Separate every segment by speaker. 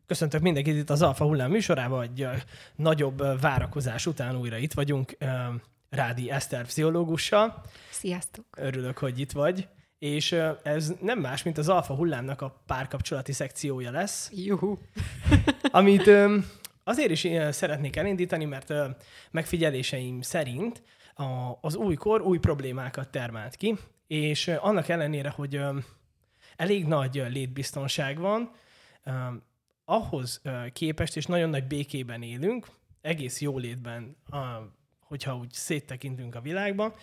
Speaker 1: Köszöntök mindenkit itt az Alfa Hullám műsorában, egy nagyobb várakozás után újra itt vagyunk Rádi Eszter pszichológussal.
Speaker 2: Sziasztok!
Speaker 1: Örülök, hogy itt vagy. És ez nem más, mint az Alfa Hullámnak a párkapcsolati szekciója lesz.
Speaker 2: Juhu!
Speaker 1: Amit azért is szeretnék elindítani, mert megfigyeléseim szerint az új kor új problémákat termelt ki, és annak ellenére, hogy elég nagy létbiztonság van, ahhoz képest, és nagyon nagy békében élünk, egész jólétben, hogyha úgy széttekintünk a világban,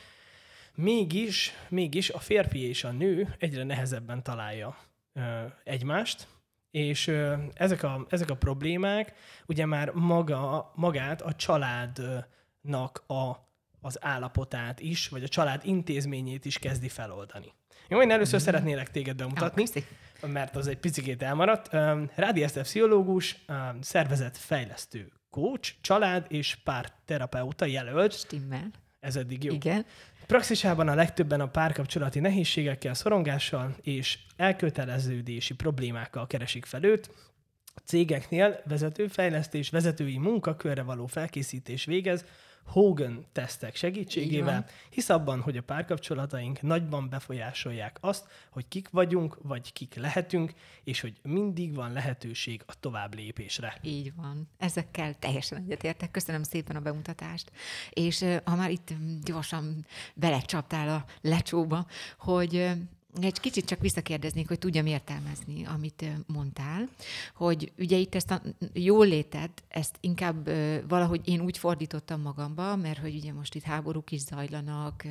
Speaker 1: mégis a férfi és a nő egyre nehezebben találja egymást, és ezek a problémák ugye már magát a családnak az állapotát is, vagy a család intézményét is kezdi feloldani. Én először szeretnélek téged bemutatni, mert az egy picikét elmaradt. Rádi Eszter pszichológus, szervezetfejlesztő coach, család és párterapeuta jelölt.
Speaker 2: Stimmel.
Speaker 1: Ez eddig jó.
Speaker 2: Igen.
Speaker 1: Praxisában a legtöbben a párkapcsolati nehézségekkel, szorongással és elköteleződési problémákkal keresik fel őt. A cégeknél vezetőfejlesztés, vezetői munkakörre való felkészítés végez, Hogan-tesztek segítségével, hisz abban, hogy a párkapcsolataink nagyban befolyásolják azt, hogy kik vagyunk, vagy kik lehetünk, és hogy mindig van lehetőség a tovább lépésre.
Speaker 2: Így van. Ezekkel teljesen egyetértek. Köszönöm szépen a bemutatást. És ha már itt gyorsan belecsaptál a lecsóba, hogy egy kicsit csak visszakérdeznék, hogy tudjam értelmezni, amit mondtál, hogy ugye itt ezt a jólétet, ezt inkább valahogy én úgy fordítottam magamba, mert hogy ugye most itt háborúk is zajlanak,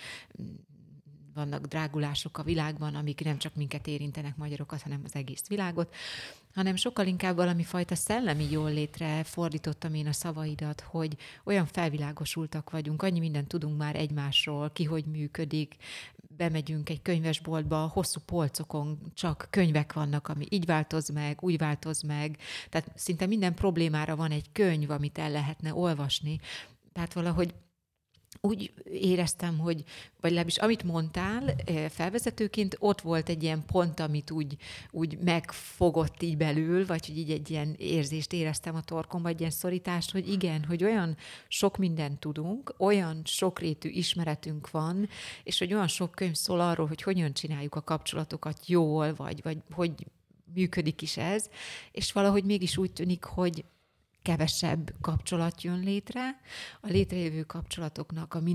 Speaker 2: vannak drágulások a világban, amik nem csak minket érintenek, magyarokat, hanem az egész világot, hanem sokkal inkább valami fajta szellemi jólétre fordítottam én a szavaidat, hogy olyan felvilágosultak vagyunk, annyi mindent tudunk már egymásról, ki hogy működik, bemegyünk egy könyvesboltba, hosszú polcokon csak könyvek vannak, ami így változ meg, úgy változ meg, tehát szinte minden problémára van egy könyv, amit el lehetne olvasni. Tehát valahogy úgy éreztem, hogy, vagy legalábbis amit mondtál felvezetőként, ott volt egy ilyen pont, amit úgy megfogott így belül, vagy hogy így egy ilyen érzést éreztem a torkomban, egy ilyen szorítást, hogy igen, hogy olyan sok mindent tudunk, olyan sokrétű ismeretünk van, és hogy olyan sok könyv szól arról, hogy hogyan csináljuk a kapcsolatokat jól, vagy hogy működik is ez, és valahogy mégis úgy tűnik, hogy kevesebb kapcsolat jön létre. A létrejövő kapcsolatoknak a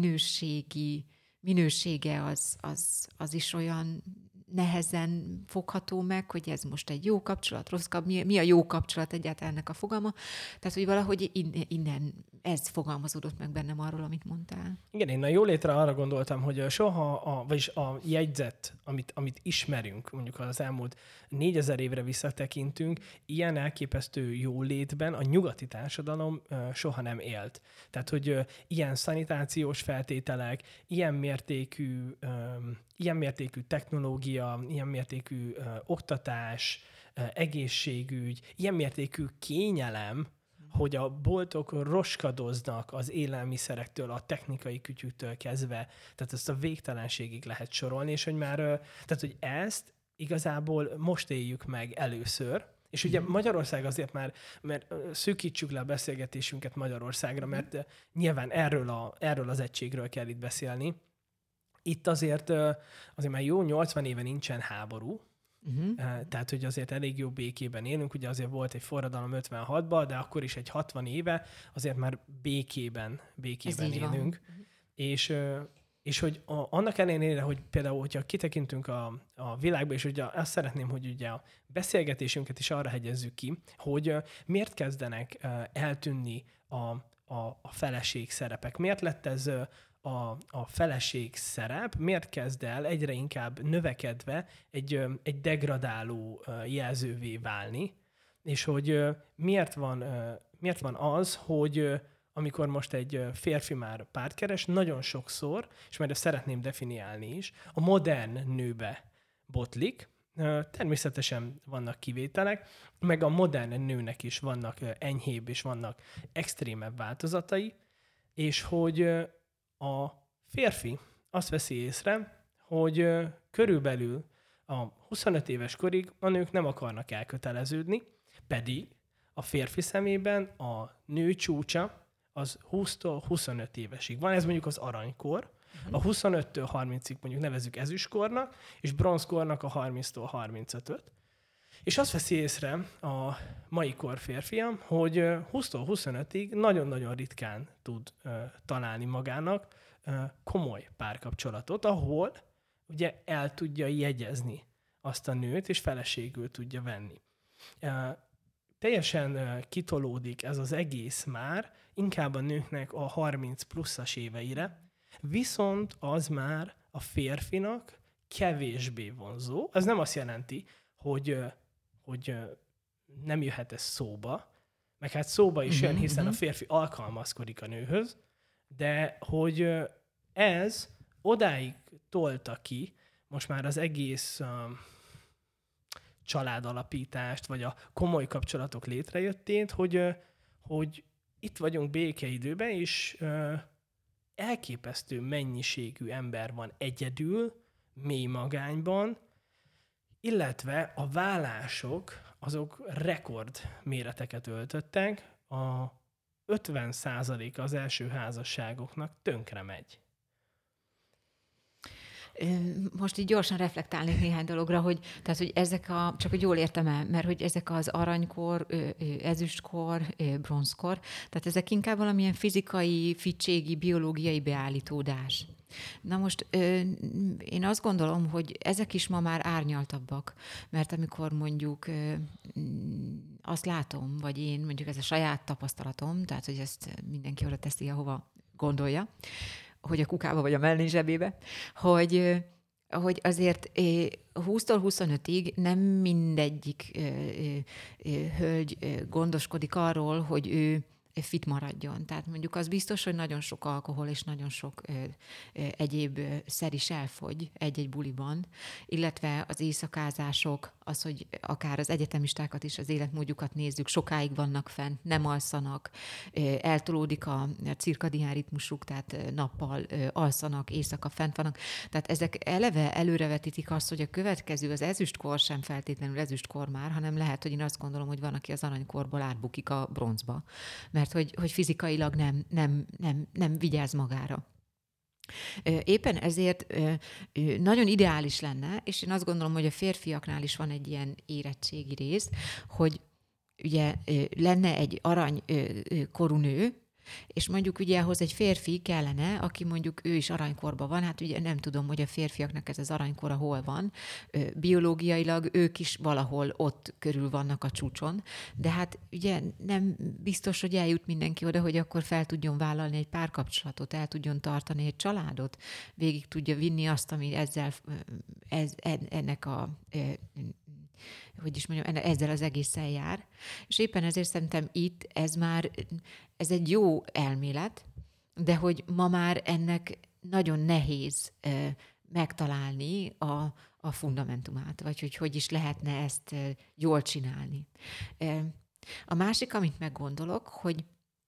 Speaker 2: minősége az is olyan nehezen fogható meg, hogy ez most egy jó kapcsolat, rossz kapcsolat, mi a jó kapcsolat egyáltalán ennek a fogalma. Tehát, hogy valahogy innen ez fogalmazódott meg bennem arról, amit mondtál.
Speaker 1: Igen, én a jólétre arra gondoltam, hogy soha, vagyis a jegyzet, amit ismerünk, mondjuk az elmúlt 4000 évre visszatekintünk, ilyen elképesztő jólétben a nyugati társadalom soha nem élt. Tehát, hogy ilyen szanitációs feltételek, ilyen mértékű technológia, ilyen mértékű oktatás, egészségügy, ilyen mértékű kényelem, hogy a boltok roskadoznak az élelmiszerektől, a technikai kütyüktől kezdve, tehát ezt a végtelenségig lehet sorolni, és hogy már, tehát hogy ezt igazából most éljük meg először, és ugye Magyarország azért már, mert szűkítsük le a beszélgetésünket Magyarországra, mert nyilván erről az egységről kell itt beszélni. Itt azért már jó 80 éve nincsen háború, tehát, hogy azért elég jó békében élünk, ugye azért volt egy forradalom 56-ban, de akkor is egy 60 éve azért már békében élünk. És hogy annak ellenére, hogy például, hogyha kitekintünk a világba, és ugye azt szeretném, hogy ugye a beszélgetésünket is arra hegyezzük ki, hogy miért kezdenek eltűnni a feleség szerepek. Miért lett ez a feleség szerep, miért kezd el egyre inkább növekedve egy degradáló jelzővé válni, és hogy miért van az, hogy amikor most egy férfi már párt keres, nagyon sokszor, és majd ezt szeretném definiálni is, a modern nőbe botlik. Természetesen vannak kivételek, meg a modern nőnek is vannak enyhébb és vannak extrémebb változatai, és hogy a férfi azt veszi észre, hogy körülbelül a 25 éves korig a nők nem akarnak elköteleződni, Pedig a férfi szemében a nő csúcsa az 20-tól 25 évesig van, ez mondjuk az aranykor, a 25-től 30-ig mondjuk nevezzük ezüstkornak, és bronzkornak a 30-tól 35-öt. És azt veszi észre a mai kor férfiam, hogy 20-tól 25-ig nagyon-nagyon ritkán tud találni magának komoly párkapcsolatot, ahol ugye el tudja jegyezni azt a nőt, és feleségül tudja venni. Teljesen kitolódik ez az egész már, inkább a nőknek a 30 pluszas éveire, viszont az már a férfinak kevésbé vonzó. Ez nem azt jelenti, hogy nem jöhet ez szóba, meg hát szóba is jön, hiszen a férfi alkalmazkodik a nőhöz, de hogy ez odáig tolta ki most már az egész családalapítást, vagy a komoly kapcsolatok létrejöttét, hogy itt vagyunk békeidőben, és elképesztő mennyiségű ember van egyedül, mély magányban, illetve a vállások azok rekord méreteket öltöttek, a 50% az első házasságoknak tönkre megy.
Speaker 2: Most így gyorsan reflektálnék néhány dologra, hogy ezek csak hogy jól értem el, mert hogy ezek az aranykor, ezüstkor, bronzkor, tehát ezek inkább valamilyen fizikai, fittségi, biológiai beállítódás. Na most én azt gondolom, hogy ezek is ma már árnyaltabbak, mert amikor mondjuk azt látom, vagy én mondjuk ez a saját tapasztalatom, tehát hogy ezt mindenki oda teszi, ahova gondolja, hogy a kukába vagy a mellén zsebébe, hogy azért 20-tól 25-ig nem mindegyik hölgy gondoskodik arról, hogy ő fit maradjon. Tehát mondjuk az biztos, hogy nagyon sok alkohol és nagyon sok egyéb szer is elfogy egy-egy buliban, illetve az éjszakázások, az, hogy akár az egyetemistákat is, az életmódjukat nézzük, sokáig vannak fent, nem alszanak, eltolódik a cirkadián ritmusuk, tehát nappal alszanak, éjszaka fent vannak. Tehát ezek eleve előrevetítik azt, hogy a következő, az ezüstkor sem feltétlenül ezüstkor már, hanem lehet, hogy én azt gondolom, hogy van, aki az aranykorból átbukik a bronzba, mert hogy fizikailag nem vigyáz magára. Éppen ezért nagyon ideális lenne, és én azt gondolom, hogy a férfiaknál is van egy ilyen érettségi rész, hogy ugye lenne egy aranykorú nő, és mondjuk ugye ahhoz egy férfi kellene, aki mondjuk ő is aranykorban van, hát ugye nem tudom, hogy a férfiaknak ez az aranykora hol van, biológiailag ők is valahol ott körül vannak a csúcson, de hát ugye nem biztos, hogy eljut mindenki oda, hogy akkor fel tudjon vállalni egy párkapcsolatot, el tudjon tartani egy családot, végig tudja vinni azt, ami ennek a ezzel az egészen jár. És éppen ezért szerintem itt ez egy jó elmélet, de hogy ma már ennek nagyon nehéz megtalálni a fundamentumát, vagy hogy is lehetne ezt jól csinálni. A másik, amit meggondolok, hogy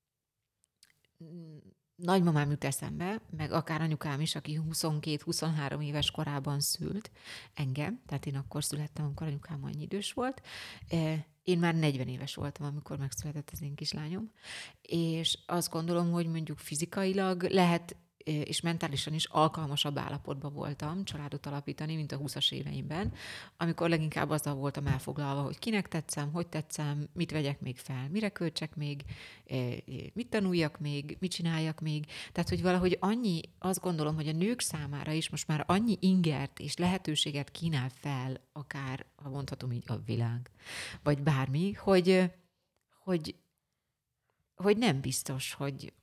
Speaker 2: nagymamám jut eszembe, meg akár anyukám is, aki 22-23 éves korában szült engem, tehát én akkor születtem, amikor anyukám annyi idős volt. Én már 40 éves voltam, amikor megszületett az én kislányom, és azt gondolom, hogy mondjuk fizikailag lehet, és mentálisan is alkalmasabb állapotban voltam családot alapítani, mint a 20-as éveimben, amikor leginkább azzal voltam elfoglalva, hogy kinek tetszem, hogy tetszem, mit vegyek még fel, mire költsek még, mit tanuljak még, mit csináljak még. Tehát, hogy valahogy azt gondolom, hogy a nők számára is most már annyi ingert és lehetőséget kínál fel, akár, ha mondhatom így, a világ, vagy bármi, hogy nem biztos, hogy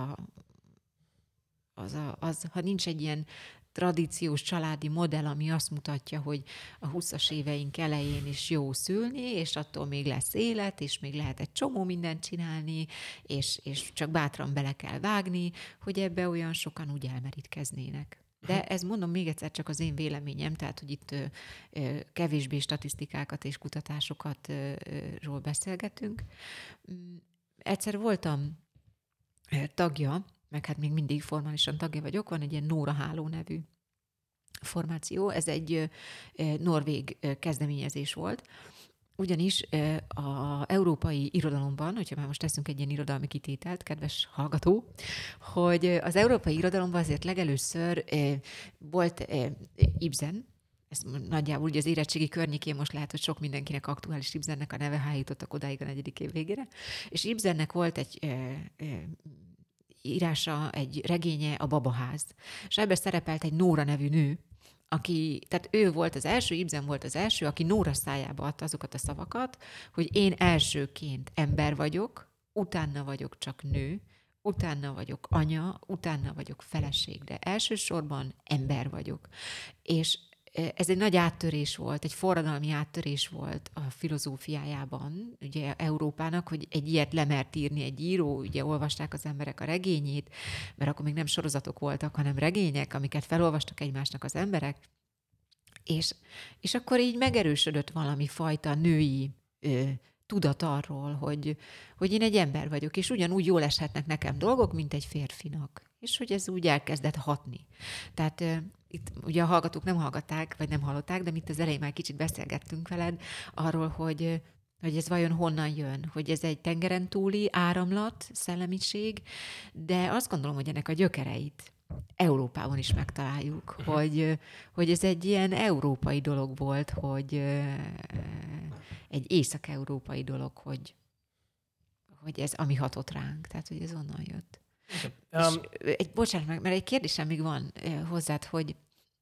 Speaker 2: ha nincs egy ilyen tradíciós családi modell, ami azt mutatja, hogy a 20-as éveink elején is jó szülni, és attól még lesz élet, és még lehet egy csomó mindent csinálni, és csak bátran bele kell vágni, hogy ebbe olyan sokan úgy elmerítkeznének. De ez, mondom még egyszer, csak az én véleményem, tehát, hogy itt kevésbé statisztikákat és kutatásokat ról beszélgetünk. Egyszer voltam tagja, meg hát még mindig formálisan tagja vagyok, van egy ilyen Nóra Háló nevű formáció, ez egy norvég kezdeményezés volt, Ugyanis az európai irodalomban, hogyha már most teszünk egy ilyen irodalmi kitételt, kedves hallgató, hogy az európai irodalomban azért legelőször volt Ibsen, ez nagyjából ugye az érettségi környékén most lehet, hogy sok mindenkinek aktuális Ibsennek a neve, hájítottak odáig a 4. év végére, és Ibsennek volt egy írása, egy regénye, a Babaház, és ebben szerepelt egy Nóra nevű nő, tehát ő volt az első, Ibsen volt az első, aki Nóra szájába adta azokat a szavakat, hogy én elsőként ember vagyok, utána vagyok csak nő, utána vagyok anya, utána vagyok feleség, de elsősorban ember vagyok. És ez egy nagy áttörés volt, egy forradalmi áttörés volt a filozófiájában, ugye Európának, hogy egy ilyet lemert írni egy író, ugye olvasták az emberek a regényét, mert akkor még nem sorozatok voltak, hanem regények, amiket felolvastak egymásnak az emberek, és akkor így megerősödött valami fajta női tudat arról, hogy én egy ember vagyok, és ugyanúgy jól eshetnek nekem dolgok, mint egy férfinak. És hogy ez úgy elkezdett hatni. Tehát itt ugye a hallgatók nem hallgatták, vagy nem hallották, de itt az elején már kicsit beszélgettünk veled arról, hogy ez vajon honnan jön, hogy ez egy tengeren túli áramlat, szellemiség, de azt gondolom, hogy ennek a gyökereit Európában is megtaláljuk, hogy ez egy ilyen európai dolog volt, hogy egy észak-európai dolog, hogy ez ami hatott ránk, tehát hogy ez onnan jött. Bocsánat, mert egy kérdésem még van hozzád, hogy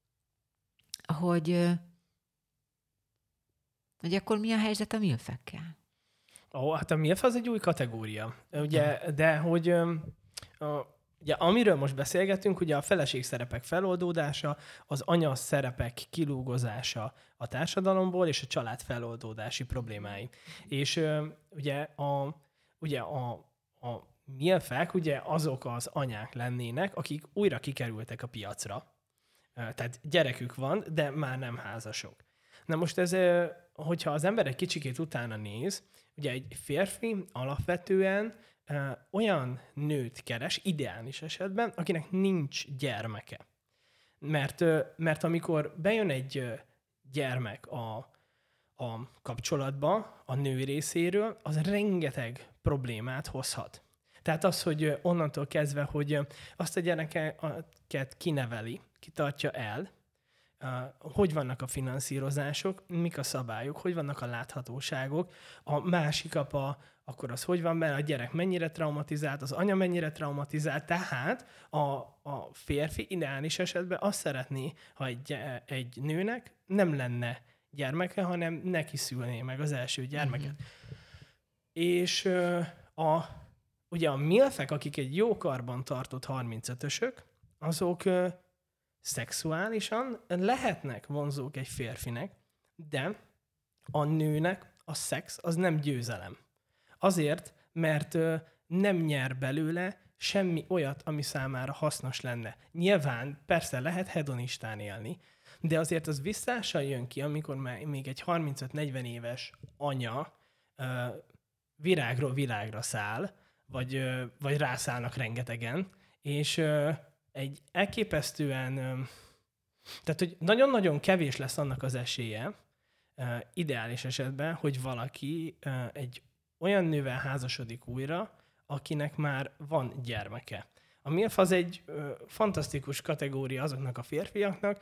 Speaker 2: akkor mi a helyzet a milfekkel?
Speaker 1: Hát a milf az egy új kategória. Ugye, de hogy ugye, amiről most beszélgetünk, ugye a feleség-szerepek feloldódása, az anya szerepek kilúgozása a társadalomból, és a család feloldódási problémái. És ugye a milfek ugye azok az anyák lennének, akik újra kikerültek a piacra. Tehát gyerekük van, de már nem házasok. Na most ez, hogyha az ember egy kicsikét utána néz, ugye egy férfi alapvetően olyan nőt keres, ideális esetben, akinek nincs gyermeke. Mert amikor bejön egy gyermek a kapcsolatba a nő részéről, az rengeteg problémát hozhat. Tehát az, hogy onnantól kezdve, hogy azt a gyereket kineveli, kitartja el, hogy vannak a finanszírozások, mik a szabályok, hogy vannak a láthatóságok, a másik apa, akkor az hogy van benne, a gyerek mennyire traumatizált, az anya mennyire traumatizált, tehát a férfi ideális esetben azt szeretné, ha egy nőnek nem lenne gyermeke, hanem neki szülné meg az első gyermeket. Mm-hmm. És ugye a milfek, akik egy jó karban tartott 35-ösök, azok szexuálisan lehetnek vonzók egy férfinek, de a nőnek a szex az nem győzelem. Azért, mert nem nyer belőle semmi olyat, ami számára hasznos lenne. Nyilván persze lehet hedonistán élni, de azért az visszással jön ki, amikor még egy 35-40 éves anya virágról világra száll, vagy rászállnak rengetegen, és egy elképesztően, tehát hogy nagyon-nagyon kevés lesz annak az esélye, ideális esetben, hogy valaki egy olyan nővel házasodik újra, akinek már van gyermeke. A milf az egy fantasztikus kategória azoknak a férfiaknak,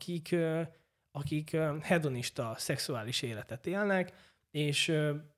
Speaker 1: akik hedonista szexuális életet élnek, és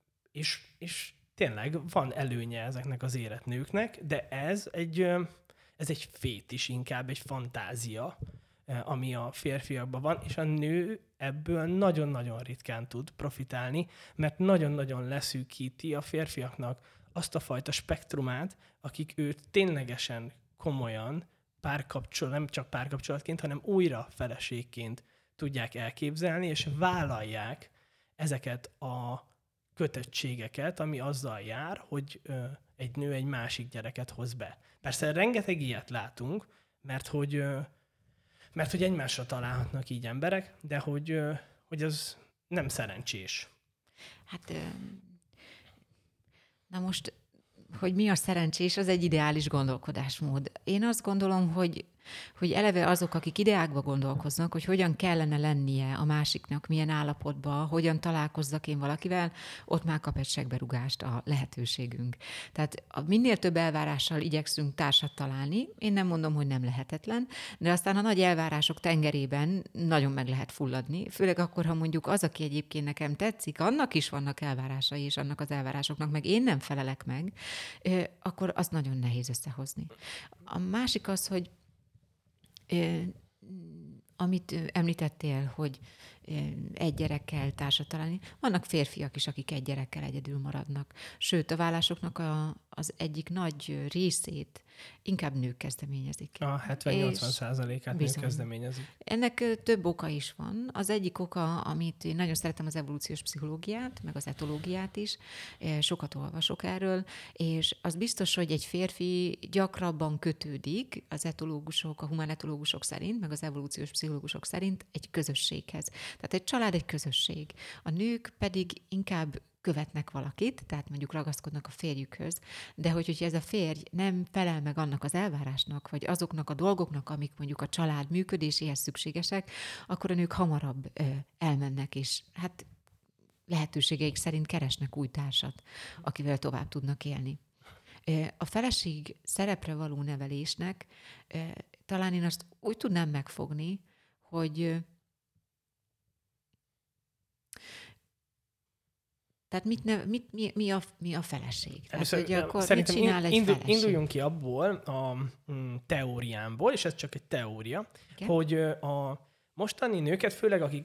Speaker 1: tényleg van előnye ezeknek az életnőknek, de ez egy fétis, inkább egy fantázia, ami a férfiakban van, és a nő ebből nagyon-nagyon ritkán tud profitálni, mert nagyon-nagyon leszűkíti a férfiaknak azt a fajta spektrumát, akik őt ténylegesen komolyan nem csak párkapcsolatként, hanem újra feleségként tudják elképzelni, és vállalják ezeket a kötöttségeket, ami azzal jár, hogy egy nő egy másik gyereket hoz be. Persze rengeteg ilyet látunk, mert hogy egymásra találhatnak így emberek, de hogy az nem szerencsés.
Speaker 2: Hát, na most, hogy mi a szerencsés, az egy ideális gondolkodásmód. Én azt gondolom, hogy Hogy eleve azok, akik ideákba gondolkoznak, hogy hogyan kellene lennie a másiknak, milyen állapotban, hogyan találkozzak én valakivel, ott már kap egy segberugást a lehetőségünk. Tehát minél több elvárással igyekszünk társat találni, én nem mondom, hogy nem lehetetlen, de aztán a nagy elvárások tengerében nagyon meg lehet fulladni, főleg akkor, ha mondjuk az, aki egyébként nekem tetszik, annak is vannak elvárásai, és annak az elvárásoknak meg én nem felelek meg, akkor azt nagyon nehéz összehozni. A másik az, hogy amit említettél, hogy egy gyerekkel társat találni, vannak férfiak is, akik egy gyerekkel egyedül maradnak. Sőt, a vállásoknak az egyik nagy részét inkább nők kezdeményezik.
Speaker 1: A 70-80%-át nők kezdeményezik.
Speaker 2: Ennek több oka is van. Az egyik oka, amit én nagyon szeretem, az evolúciós pszichológiát, meg az etológiát is. Sokat olvasok erről, és az biztos, hogy egy férfi gyakrabban kötődik az etológusok, a humán etológusok szerint, meg az evolúciós pszichológusok szerint egy közösséghez. Tehát egy család egy közösség. A nők pedig inkább követnek valakit, tehát mondjuk ragaszkodnak a férjükhöz, de hogyha ez a férj nem felel meg annak az elvárásnak, vagy azoknak a dolgoknak, amik mondjuk a család működéséhez szükségesek, akkor a nők hamarabb elmennek, és hát lehetőségeik szerint keresnek új társat, akivel tovább tudnak élni. A feleség szerepre való nevelésnek talán én azt úgy tudnám megfogni, hogy tehát mi a feleség? Tehát, hogy akkor
Speaker 1: szerintem
Speaker 2: mit csinál egy feleség?
Speaker 1: Induljunk ki abból a teóriámból, és ez csak egy teória, igen? Hogy a mostani nőket, főleg akik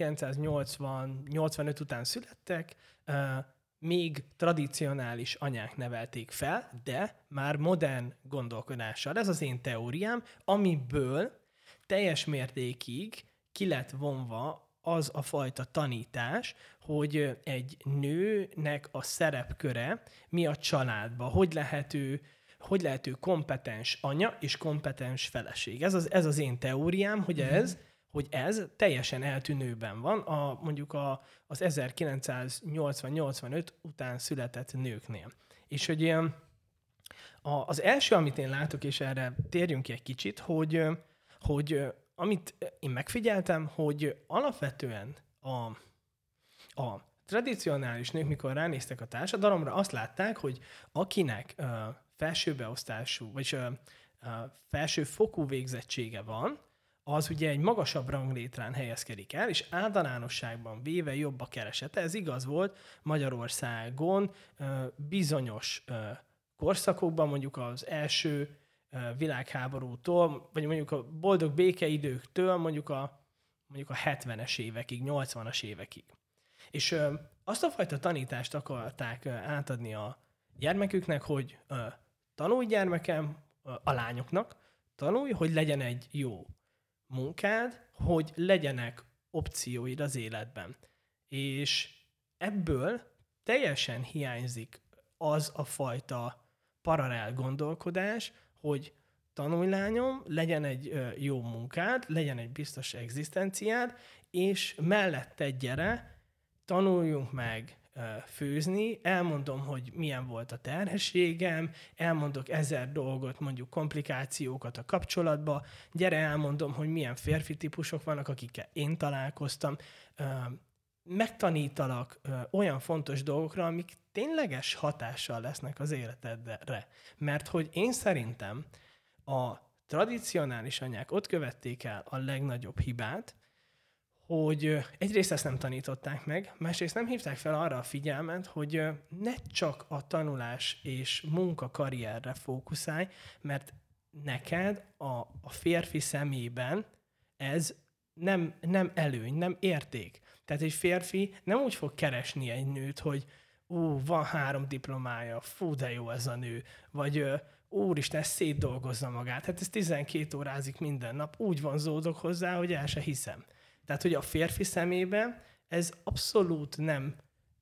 Speaker 1: 1980-85 után születtek, még tradicionális anyák nevelték fel, de már modern gondolkodással. Ez az én teóriám, amiből teljes mértékig ki lett vonva az a fajta tanítás, hogy egy nőnek a szerepköre mi a családban, hogy lehet ő kompetens anya és kompetens feleség. Ez az én teóriám, hogy ez teljesen eltűnőben van mondjuk az 1980-85 után született nőknél. És hogy az első, amit én látok, és erre térjünk ki egy kicsit, hogy amit én megfigyeltem, hogy alapvetően a tradicionális nők, mikor ránéztek a társadalomra, azt látták, hogy akinek felsőbeosztású, vagy felsőfokú végzettsége van, az ugye egy magasabb ranglétrán helyezkedik el, és általánosságban véve jobb a keresete. Ez igaz volt Magyarországon bizonyos korszakokban, mondjuk az első világháborútól, vagy mondjuk a boldog békeidőktől mondjuk a 70-es évekig, 80-as évekig. És azt a fajta tanítást akarták átadni a gyermeküknek, hogy tanulj gyermekem, a lányoknak, tanulj, hogy legyen egy jó munkád, hogy legyenek opcióid az életben. És ebből teljesen hiányzik az a fajta paralel gondolkodás, hogy tanulj lányom, legyen egy jó munkád, legyen egy biztos egzisztenciád, és mellette gyere, tanuljunk meg főzni, elmondom, hogy milyen volt a terhességem, elmondok 1000 dolgot, mondjuk komplikációkat a kapcsolatba, gyere, elmondom, hogy milyen férfi típusok vannak, akikkel én találkoztam, megtanítalak olyan fontos dolgokra, amik tényleges hatással lesznek az életedre. Mert hogy én szerintem a tradicionális anyák ott követték el a legnagyobb hibát, hogy egyrészt ezt nem tanították meg, másrészt nem hívták fel arra a figyelmet, hogy ne csak a tanulás és munkakarrierre fókuszálj, mert neked a férfi szemében ez nem előny, nem érték. Tehát egy férfi nem úgy fog keresni egy nőt, hogy van 3 diplomája, fú, de jó ez a nő, vagy úristen, ez szétdolgozza magát, hát ez 12 órázik minden nap, úgy vonzódok hozzá, hogy el se hiszem. Tehát, hogy a férfi szemében ez abszolút nem,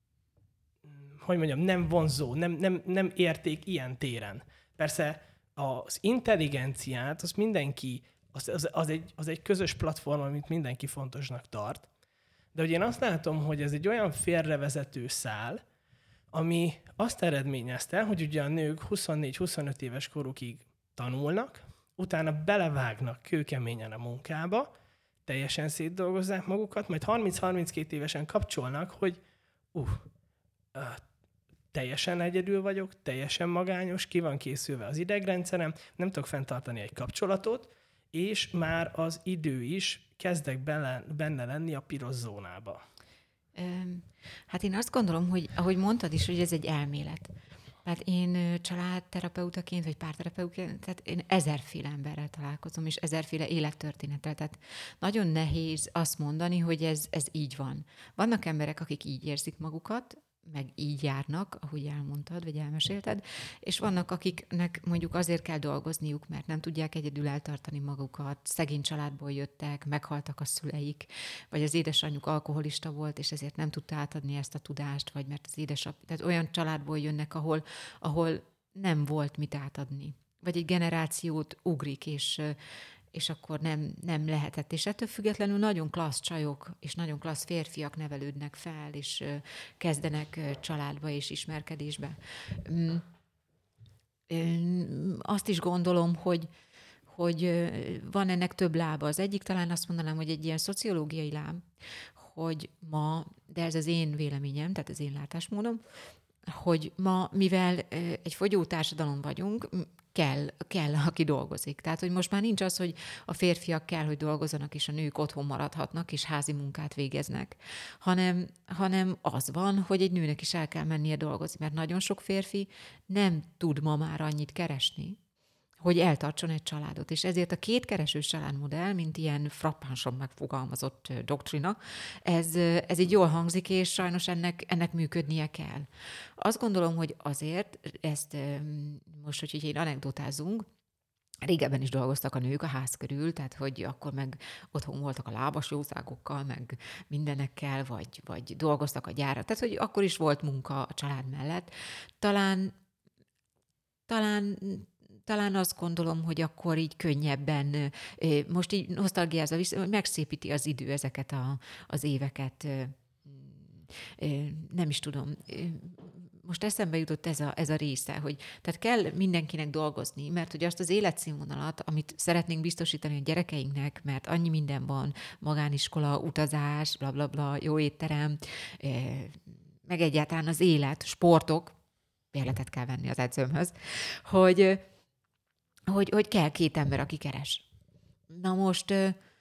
Speaker 1: nem vonzó, nem érték ilyen téren. Persze az intelligenciát, az mindenki, az egy közös platform, amit mindenki fontosnak tart. De ugye én azt látom, hogy ez egy olyan félrevezető szál, ami azt eredményezte, hogy ugye a nők 24-25 éves korukig tanulnak, utána belevágnak kőkeményen a munkába, teljesen szétdolgozzák magukat, majd 30-32 évesen kapcsolnak, hogy teljesen egyedül vagyok, teljesen magányos, ki van készülve az idegrendszerem, nem tudok fenntartani egy kapcsolatot, és már az idő is kezdek benne lenni a piros zónába.
Speaker 2: Hát én azt gondolom, hogy ahogy mondtad is, hogy ez egy elmélet. Tehát én családterapeutaként, vagy párterapeutaként, tehát én 1000-féle emberrel találkozom, és 1000-féle élettörténettel. Tehát nagyon nehéz azt mondani, hogy ez így van. Vannak emberek, akik így érzik magukat, meg így járnak, ahogy elmondtad, vagy elmesélted, és vannak, akiknek mondjuk azért kell dolgozniuk, mert nem tudják egyedül eltartani magukat, szegény családból jöttek, meghaltak a szüleik, vagy az édesanyjuk alkoholista volt, és ezért nem tudta átadni ezt a tudást, vagy mert az édesapja, tehát olyan családból jönnek, ahol nem volt mit átadni. Vagy egy generációt ugrik, és akkor nem lehetett. És ettől függetlenül nagyon klassz csajok és nagyon klassz férfiak nevelődnek fel, és kezdenek családba és ismerkedésbe. Azt is gondolom, hogy van ennek több lába. Az egyik talán azt mondanám, hogy egy ilyen szociológiai láb, hogy ma, de ez az én véleményem, tehát az én látásmódom, hogy ma, mivel egy fogyó társadalom vagyunk, kell, aki dolgozik. Tehát, hogy most már nincs az, hogy a férfiak kell, hogy dolgozzanak, és a nők otthon maradhatnak, és házi munkát végeznek, hanem az van, hogy egy nőnek is el kell mennie dolgozni, mert nagyon sok férfi nem tud ma már annyit keresni, hogy eltartson egy családot. És ezért a kétkeresős családmodell, mint ilyen frappánsan megfogalmazott doktrina, ez így jól hangzik, és sajnos ennek működnie kell. Azt gondolom, hogy azért ezt most, hogy így anekdotázunk, régebben is dolgoztak a nők a ház körül, tehát hogy akkor meg otthon voltak a lábas jószágokkal, meg mindenekkel, vagy dolgoztak a gyára. Tehát, hogy akkor is volt munka a család mellett. Talán azt gondolom, hogy akkor így könnyebben, most így nosztalgiázva vissza, megszépíti az idő ezeket az éveket. Nem is tudom. Most eszembe jutott ez a része, hogy tehát kell mindenkinek dolgozni, mert hogy azt az életszínvonalat, amit szeretnénk biztosítani a gyerekeinknek, mert annyi minden van, magániskola, utazás, blablabla, jó étterem, meg egyáltalán az élet, sportok, bérletet kell venni az edzőmhöz, hogy kell két ember, aki keres. Na most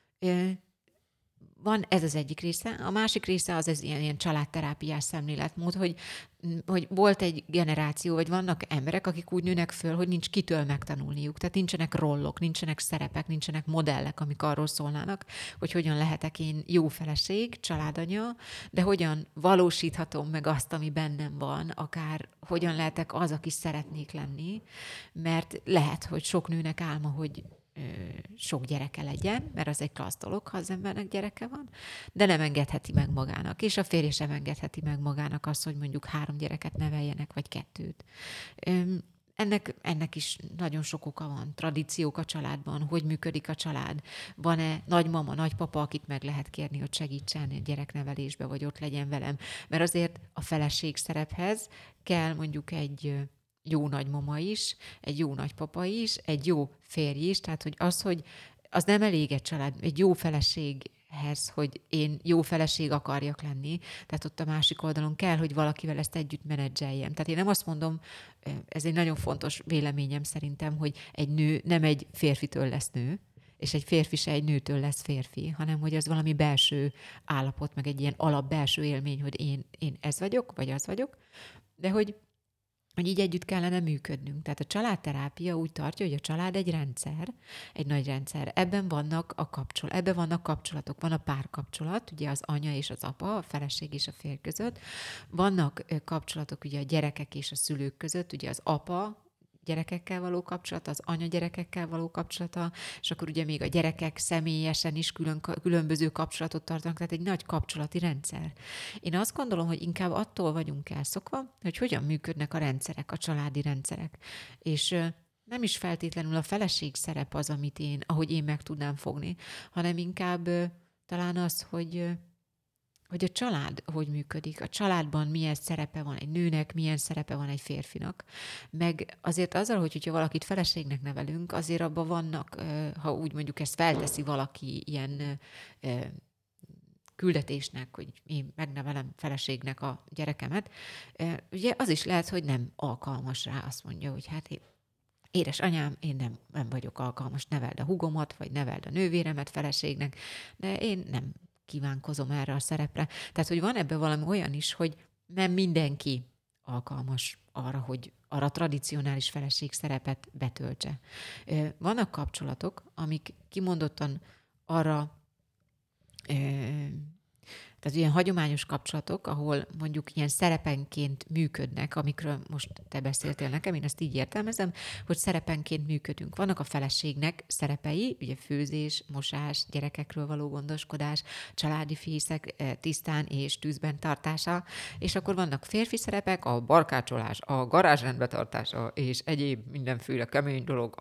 Speaker 2: van ez az egyik része. A másik része az ilyen családterápiás szemléletmód, hogy volt egy generáció, vagy vannak emberek, akik úgy nőnek föl, hogy nincs kitől megtanulniuk. Tehát nincsenek rollok, nincsenek szerepek, nincsenek modellek, amik arról szólnának, hogy hogyan lehetek én jó feleség, családanya, de hogyan valósíthatom meg azt, ami bennem van, akár hogyan lehetek az, aki szeretnék lenni, mert lehet, hogy sok nőnek álma, hogy sok gyereke legyen, mert az egy klassz dolog, ha az embernek gyereke van, de nem engedheti meg magának, és a férje sem engedheti meg magának azt, hogy mondjuk 3 gyereket neveljenek, vagy 2. Ennek is nagyon sok oka van. Tradíciók a családban, hogy működik a család. Van-e nagymama, nagypapa, akit meg lehet kérni, hogy segítsen a gyereknevelésbe, vagy ott legyen velem. Mert azért a feleség szerephez kell mondjuk egy jó nagymama is, egy jó nagypapa is, egy jó férj is, tehát hogy az nem elég egy család, egy jó feleséghez, hogy én jó feleség akarjak lenni, tehát ott a másik oldalon kell, hogy valakivel ezt együtt menedzseljem. Tehát én nem azt mondom, ez egy nagyon fontos véleményem szerintem, hogy egy nő nem egy férfitől lesz nő, és egy férfi se egy nőtől lesz férfi, hanem hogy az valami belső állapot, meg egy ilyen alap belső élmény, hogy én ez vagyok, vagy az vagyok, de hogy így együtt kellene működnünk. Tehát a családterápia úgy tartja, hogy a család egy rendszer, egy nagy rendszer. Ebben vannak kapcsolatok. Van a párkapcsolat, ugye az anya és az apa, a feleség és a férj között. Vannak kapcsolatok ugye a gyerekek és a szülők között, ugye az apa gyerekekkel való kapcsolata, az anya gyerekekkel való kapcsolata, és akkor ugye még a gyerekek személyesen is különböző kapcsolatot tartanak, tehát egy nagy kapcsolati rendszer. Én azt gondolom, hogy inkább attól vagyunk elszokva, hogy hogyan működnek a rendszerek, a családi rendszerek. És nem is feltétlenül a feleség szerep az, ahogy én meg tudnám fogni, hanem inkább talán az, hogy hogy a család hogy működik, a családban milyen szerepe van egy nőnek, milyen szerepe van egy férfinak. Meg azért azzal, hogyha valakit feleségnek nevelünk, azért abban vannak, ha úgy mondjuk ezt felteszi valaki ilyen küldetésnek, hogy én megnevelem feleségnek a gyerekemet, ugye az is lehet, hogy nem alkalmas rá, azt mondja, hogy hát édesanyám, én nem vagyok alkalmas, neveld a húgomat, vagy neveld a nővéremet feleségnek, de én nem kívánkozom erre a szerepre. Tehát, hogy van ebben valami olyan is, hogy nem mindenki alkalmas arra, hogy arra tradicionális feleség szerepet betöltse. Vannak kapcsolatok, amik kimondottan arra tehát ilyen hagyományos kapcsolatok, ahol mondjuk ilyen szerepenként működnek, amikről most te beszéltél nekem, én ezt így értelmezem, hogy szerepenként működünk. Vannak a feleségnek szerepei, ugye főzés, mosás, gyerekekről való gondoskodás, családi fészek tisztán és tűzben tartása, és akkor vannak férfi szerepek, a barkácsolás, a garázs rendbetartása, és egyéb mindenféle kemény dolog,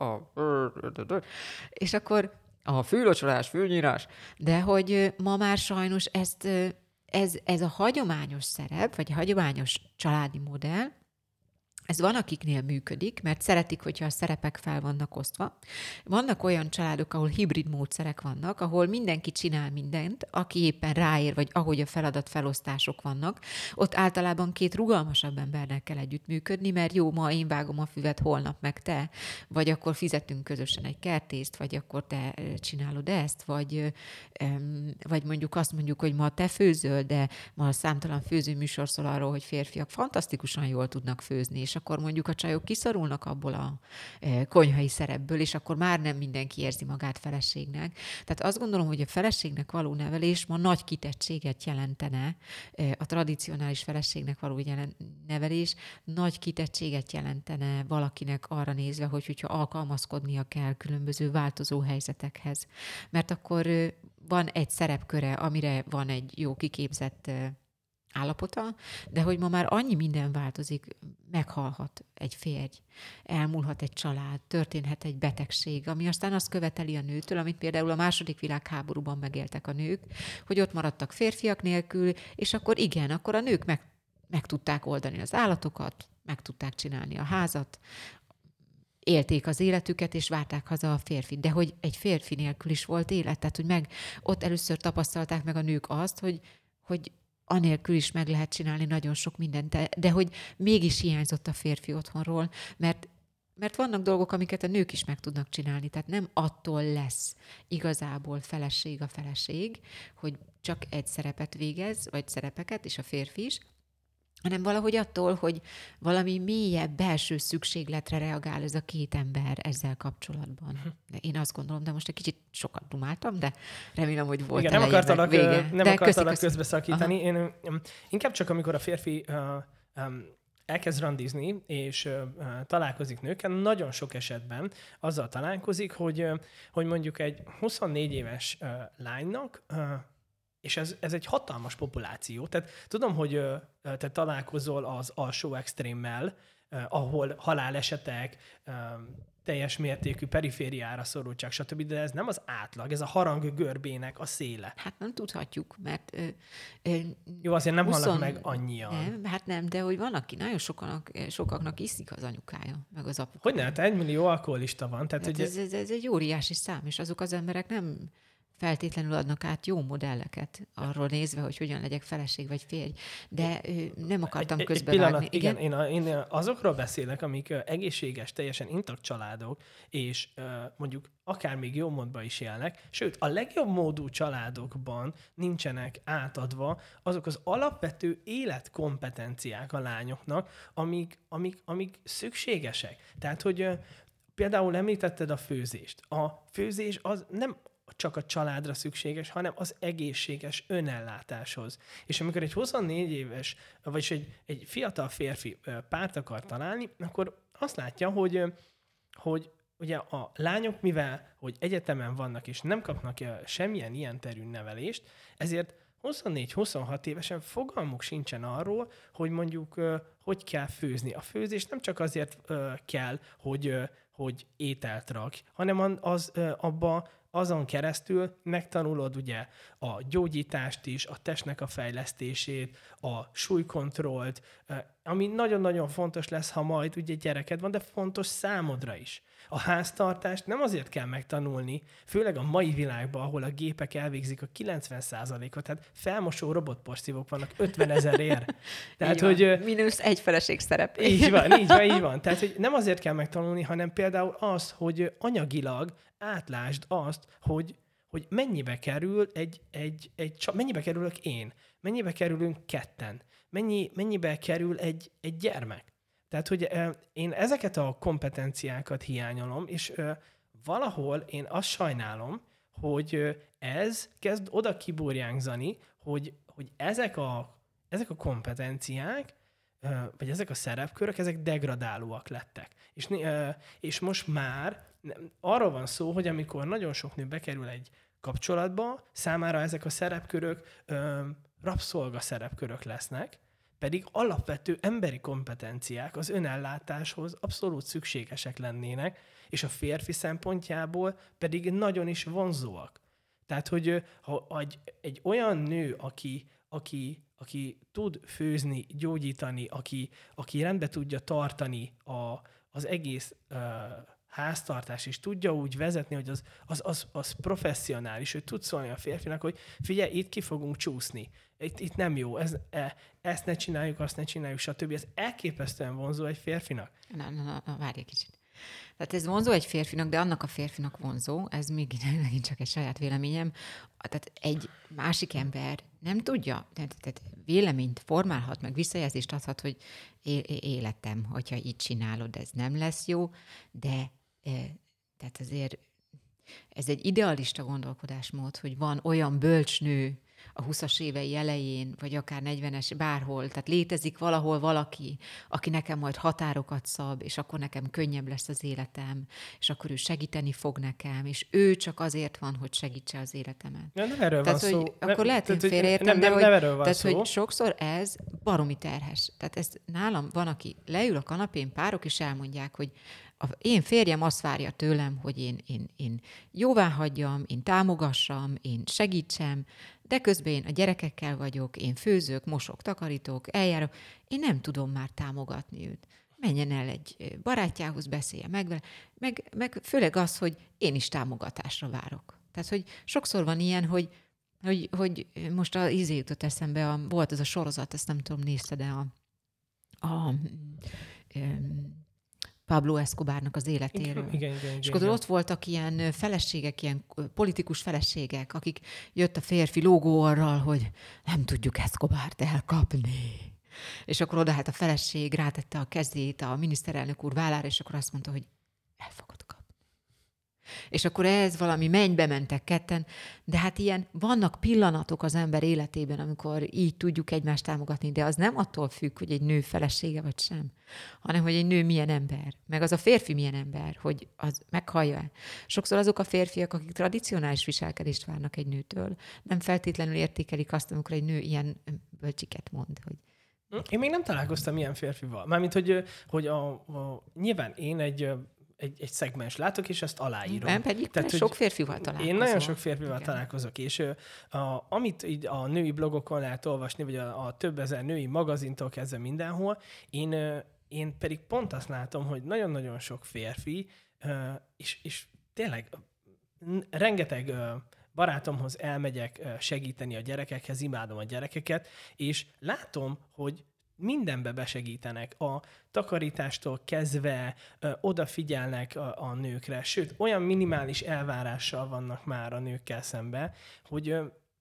Speaker 2: és akkor a fűlocsolás, fűnyírás, de hogy ma már sajnos ez a hagyományos szerep, vagy a hagyományos családi modell, ez van, akiknél működik, mert szeretik, hogyha a szerepek fel vannak osztva. Vannak olyan családok, ahol hibrid módszerek vannak, ahol mindenki csinál mindent, aki éppen ráér, vagy ahogy a feladat felosztások vannak. Ott általában két rugalmasabb embernek kell együttműködni, mert jó, ma én vágom a füvet, holnap meg te, vagy akkor fizetünk közösen egy kertészt, vagy akkor te csinálod ezt, vagy mondjuk azt mondjuk, hogy ma te főzöl, de ma számtalan főzőműsor szól arról, hogy férfiak fantasztikusan jól tudnak főzni, és akkor mondjuk a csajok kiszorulnak abból a konyhai szerepből, és akkor már nem mindenki érzi magát feleségnek. Tehát azt gondolom, hogy a feleségnek való nevelés ma nagy kitettséget jelentene, a tradicionális feleségnek való nevelés nagy kitettséget jelentene valakinek arra nézve, hogyha alkalmazkodnia kell különböző változó helyzetekhez. Mert akkor van egy szerepköre, amire van egy jó kiképzett állapota, de hogy ma már annyi minden változik, meghalhat egy férj, elmúlhat egy család, történhet egy betegség, ami aztán azt követeli a nőtől, amit például a II. Világháborúban megéltek a nők, hogy ott maradtak férfiak nélkül, és akkor igen, akkor a nők meg tudták oldani az állatokat, meg tudták csinálni a házat, élték az életüket, és várták haza a férfit. De hogy egy férfi nélkül is volt élet, tehát hogy ott először tapasztalták meg a nők azt, hogy anélkül is meg lehet csinálni nagyon sok mindent, de hogy mégis hiányzott a férfi otthonról, mert vannak dolgok, amiket a nők is meg tudnak csinálni, tehát nem attól lesz igazából feleség a feleség, hogy csak egy szerepet végez, vagy szerepeket, és a férfi is, hanem valahogy attól, hogy valami mélyebb belső szükségletre reagál ez a két ember ezzel kapcsolatban. De én azt gondolom, de most egy kicsit sokat dumáltam, de remélem, hogy volt
Speaker 1: igen, nem akartalak közbeszakítani.
Speaker 2: Aha.
Speaker 1: Én inkább csak amikor a férfi elkezd randizni, és találkozik nőkkel, nagyon sok esetben azzal találkozik, hogy mondjuk egy 24 éves lánynak, és ez egy hatalmas populáció. Tehát tudom, hogy te találkozol az alsó extrémmel, ahol halálesetek, teljes mértékű perifériára szorultság, stb., de ez nem az átlag, ez a harang görbének a széle.
Speaker 2: Hát nem tudhatjuk, mert...
Speaker 1: Jó, azért nem halnak meg annyian.
Speaker 2: Nem, de hogy van, aki nagyon sokaknak iszik az anyukája, meg az apukája.
Speaker 1: Hogyne, hát 1 millió alkoholista van. Tehát,
Speaker 2: hogy ez egy óriási szám, és azok az emberek nem feltétlenül adnak át jó modelleket arról nézve, hogy hogyan legyek feleség vagy férj. De nem akartam közbevágni.
Speaker 1: Igen, én azokról beszélek, amik egészséges, teljesen intakt családok, és mondjuk akár még jó módban is élnek, sőt, a legjobb módú családokban nincsenek átadva azok az alapvető életkompetenciák a lányoknak, amik szükségesek. Tehát, hogy például említetted a főzést. A főzés az nem csak a családra szükséges, hanem az egészséges önellátáshoz. És amikor egy 24 éves, vagyis egy fiatal férfi párt akar találni, akkor azt látja, hogy ugye a lányok, mivel hogy egyetemen vannak, és nem kapnak semmilyen ilyen terű nevelést, ezért 24-26 évesen fogalmuk sincsen arról, hogy mondjuk hogy kell főzni. A főzés nem csak azért kell, hogy ételt rak, hanem abba azon keresztül megtanulod ugye a gyógyítást is, a testnek a fejlesztését, a súlykontrollt, ami nagyon-nagyon fontos lesz, ha majd ugye gyereked van, de fontos számodra is. A háztartást nem azért kell megtanulni, főleg a mai világban, ahol a gépek elvégzik a 90%-ot, tehát felmosó robotporszívók vannak 50 000-ért. Tehát, hogy
Speaker 2: mínusz egy feleség szerep.
Speaker 1: Így van. Tehát, hogy nem azért kell megtanulni, hanem például az, hogy anyagilag átlásd azt, hogy mennyibe kerül mennyibe kerülök én, mennyibe kerülünk ketten, mennyibe kerül egy gyermek. Tehát, hogy én ezeket a kompetenciákat hiányolom, és valahol én azt sajnálom, hogy ez kezd oda kiburjánzani, hogy ezek a kompetenciák, vagy ezek a szerepkörök, ezek degradálóak lettek. És most már arról van szó, hogy amikor nagyon sok nő bekerül egy kapcsolatba, számára ezek a szerepkörök rabszolga szerepkörök lesznek, pedig alapvető emberi kompetenciák az önellátáshoz abszolút szükségesek lennének, és a férfi szempontjából pedig nagyon is vonzóak. Tehát, hogy ha egy olyan nő, aki tud főzni, gyógyítani, aki rendbe tudja tartani az egész háztartás, és tudja úgy vezetni, hogy az professzionális, hogy tud szólni a férfinak, hogy figyelj, itt ki fogunk csúszni, itt nem jó, ezt ne csináljuk, azt ne csináljuk, stb. Ez elképesztően vonzó egy férfinak.
Speaker 2: Na, várj egy kicsit. Tehát ez vonzó egy férfinak, de annak a férfinak vonzó, ez még megint csak egy saját véleményem, tehát egy másik ember nem tudja, tehát véleményt formálhat, meg visszajelzést adhat, hogy életem, hogyha így csinálod, ez nem lesz jó, de tehát azért ez egy idealista gondolkodásmód, hogy van olyan bölcsnő a 20-as évei elején, vagy akár 40-es, bárhol, tehát létezik valahol valaki, aki nekem majd határokat szab, és akkor nekem könnyebb lesz az életem, és akkor ő segíteni fog nekem, és ő csak azért van, hogy segítse az életemet.
Speaker 1: Ja, nem erről van szó.
Speaker 2: Akkor lehet, hogy félreértem, de hogy sokszor ez baromi terhes. Tehát ez nálam van, aki leül a kanapén, párok is elmondják, hogy én férjem azt várja tőlem, hogy én jóvá hagyjam, én támogassam, én segítsem, de közben én a gyerekekkel vagyok, én főzök, mosok, takarítok, eljárok, én nem tudom már támogatni őt. Menjen el egy barátjához, beszélje meg vele, meg főleg az, hogy én is támogatásra várok. Tehát, hogy sokszor van ilyen, hogy most az izé jutott eszembe, volt az a sorozat, ezt nem tudom, nézted-e Pablo Escobarnak az életéről.
Speaker 1: Igen.
Speaker 2: És akkor ott voltak ilyen feleségek, ilyen politikus feleségek, akik jött a férfi lógóorral, hogy nem tudjuk Escobart elkapni. És akkor odaállt a feleség, rátette a kezét a miniszterelnök úr vállára, és akkor azt mondta, hogy el fogod kapni. És akkor ez valami mennybe mentek ketten, de hát ilyen vannak pillanatok az ember életében, amikor így tudjuk egymást támogatni, de az nem attól függ, hogy egy nő felesége vagy sem, hanem hogy egy nő milyen ember, meg az a férfi milyen ember, hogy az meghallja-e. Sokszor azok a férfiak, akik tradicionális viselkedést várnak egy nőtől, nem feltétlenül értékelik azt, amikor egy nő ilyen bölcsiket mond, hogy
Speaker 1: én még nem találkoztam ilyen férfival. Mármint, hogy nyilván én egy szegmens látok, és ezt aláírom.
Speaker 2: Nem, pedig tehát, sok férfival találkozom.
Speaker 1: Én nagyon sok férfival találkozok, és amit így a női blogokon lehet olvasni, vagy a több ezer női magazintól kezdve mindenhol, én pedig pont azt látom, hogy nagyon-nagyon sok férfi, és tényleg rengeteg barátomhoz elmegyek segíteni a gyerekekhez, imádom a gyerekeket, és látom, hogy mindenbe besegítenek. A takarítástól kezdve odafigyelnek a nőkre, sőt, olyan minimális elvárással vannak már a nőkkel szembe, hogy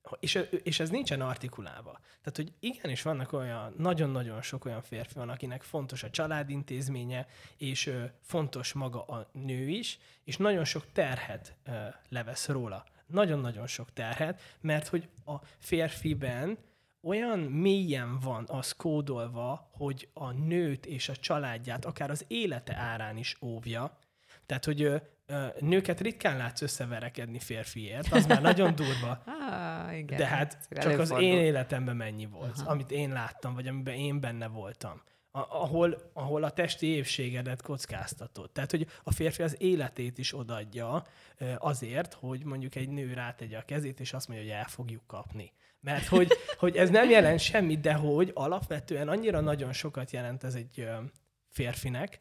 Speaker 1: és ez nincsen artikulálva. Tehát, hogy igenis vannak olyan, nagyon-nagyon sok olyan férfi van, akinek fontos a családintézménye, és fontos maga a nő is, és nagyon sok terhet levesz róla. Nagyon-nagyon sok terhet, mert hogy a férfiben olyan mélyen van az kódolva, hogy a nőt és a családját akár az élete árán is óvja. Tehát, hogy nőket ritkán látsz összeverekedni férfiért, az már nagyon durva.
Speaker 2: Igen,
Speaker 1: de hát csak az én életemben mennyi volt, amit én láttam, vagy amiben én benne voltam. ahol a testi épségedet kockáztatod. Tehát, hogy a férfi az életét is odaadja azért, hogy mondjuk egy nő rátegye a kezét, és azt mondja, hogy el fogjuk kapni. Mert hogy ez nem jelent semmit, de hogy alapvetően annyira nagyon sokat jelent ez egy férfinek,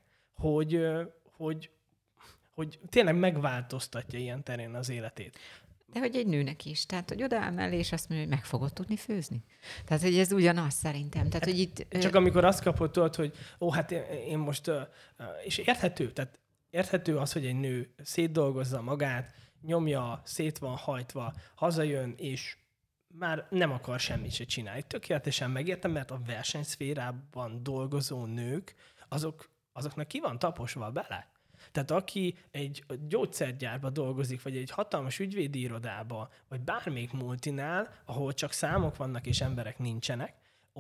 Speaker 1: hogy tényleg megváltoztatja ilyen terén az életét.
Speaker 2: De hogy egy nőnek is. Tehát, hogy odaáll mellé, és azt mondja, hogy meg fogod tudni főzni. Tehát, hogy ez ugyanaz szerintem. Tehát, hogy itt,
Speaker 1: csak amikor azt kapod, tudod, hogy hát én most, és érthető, tehát érthető az, hogy egy nő szétdolgozza magát, nyomja, szét van hajtva, hazajön, és már nem akar semmit se csinálni. Tökéletesen megértem, mert a versenyszférában dolgozó nők, azoknak ki van taposva bele. Tehát aki egy gyógyszergyárba dolgozik, vagy egy hatalmas ügyvédi irodába, vagy bármelyik multinál, ahol csak számok vannak és emberek nincsenek,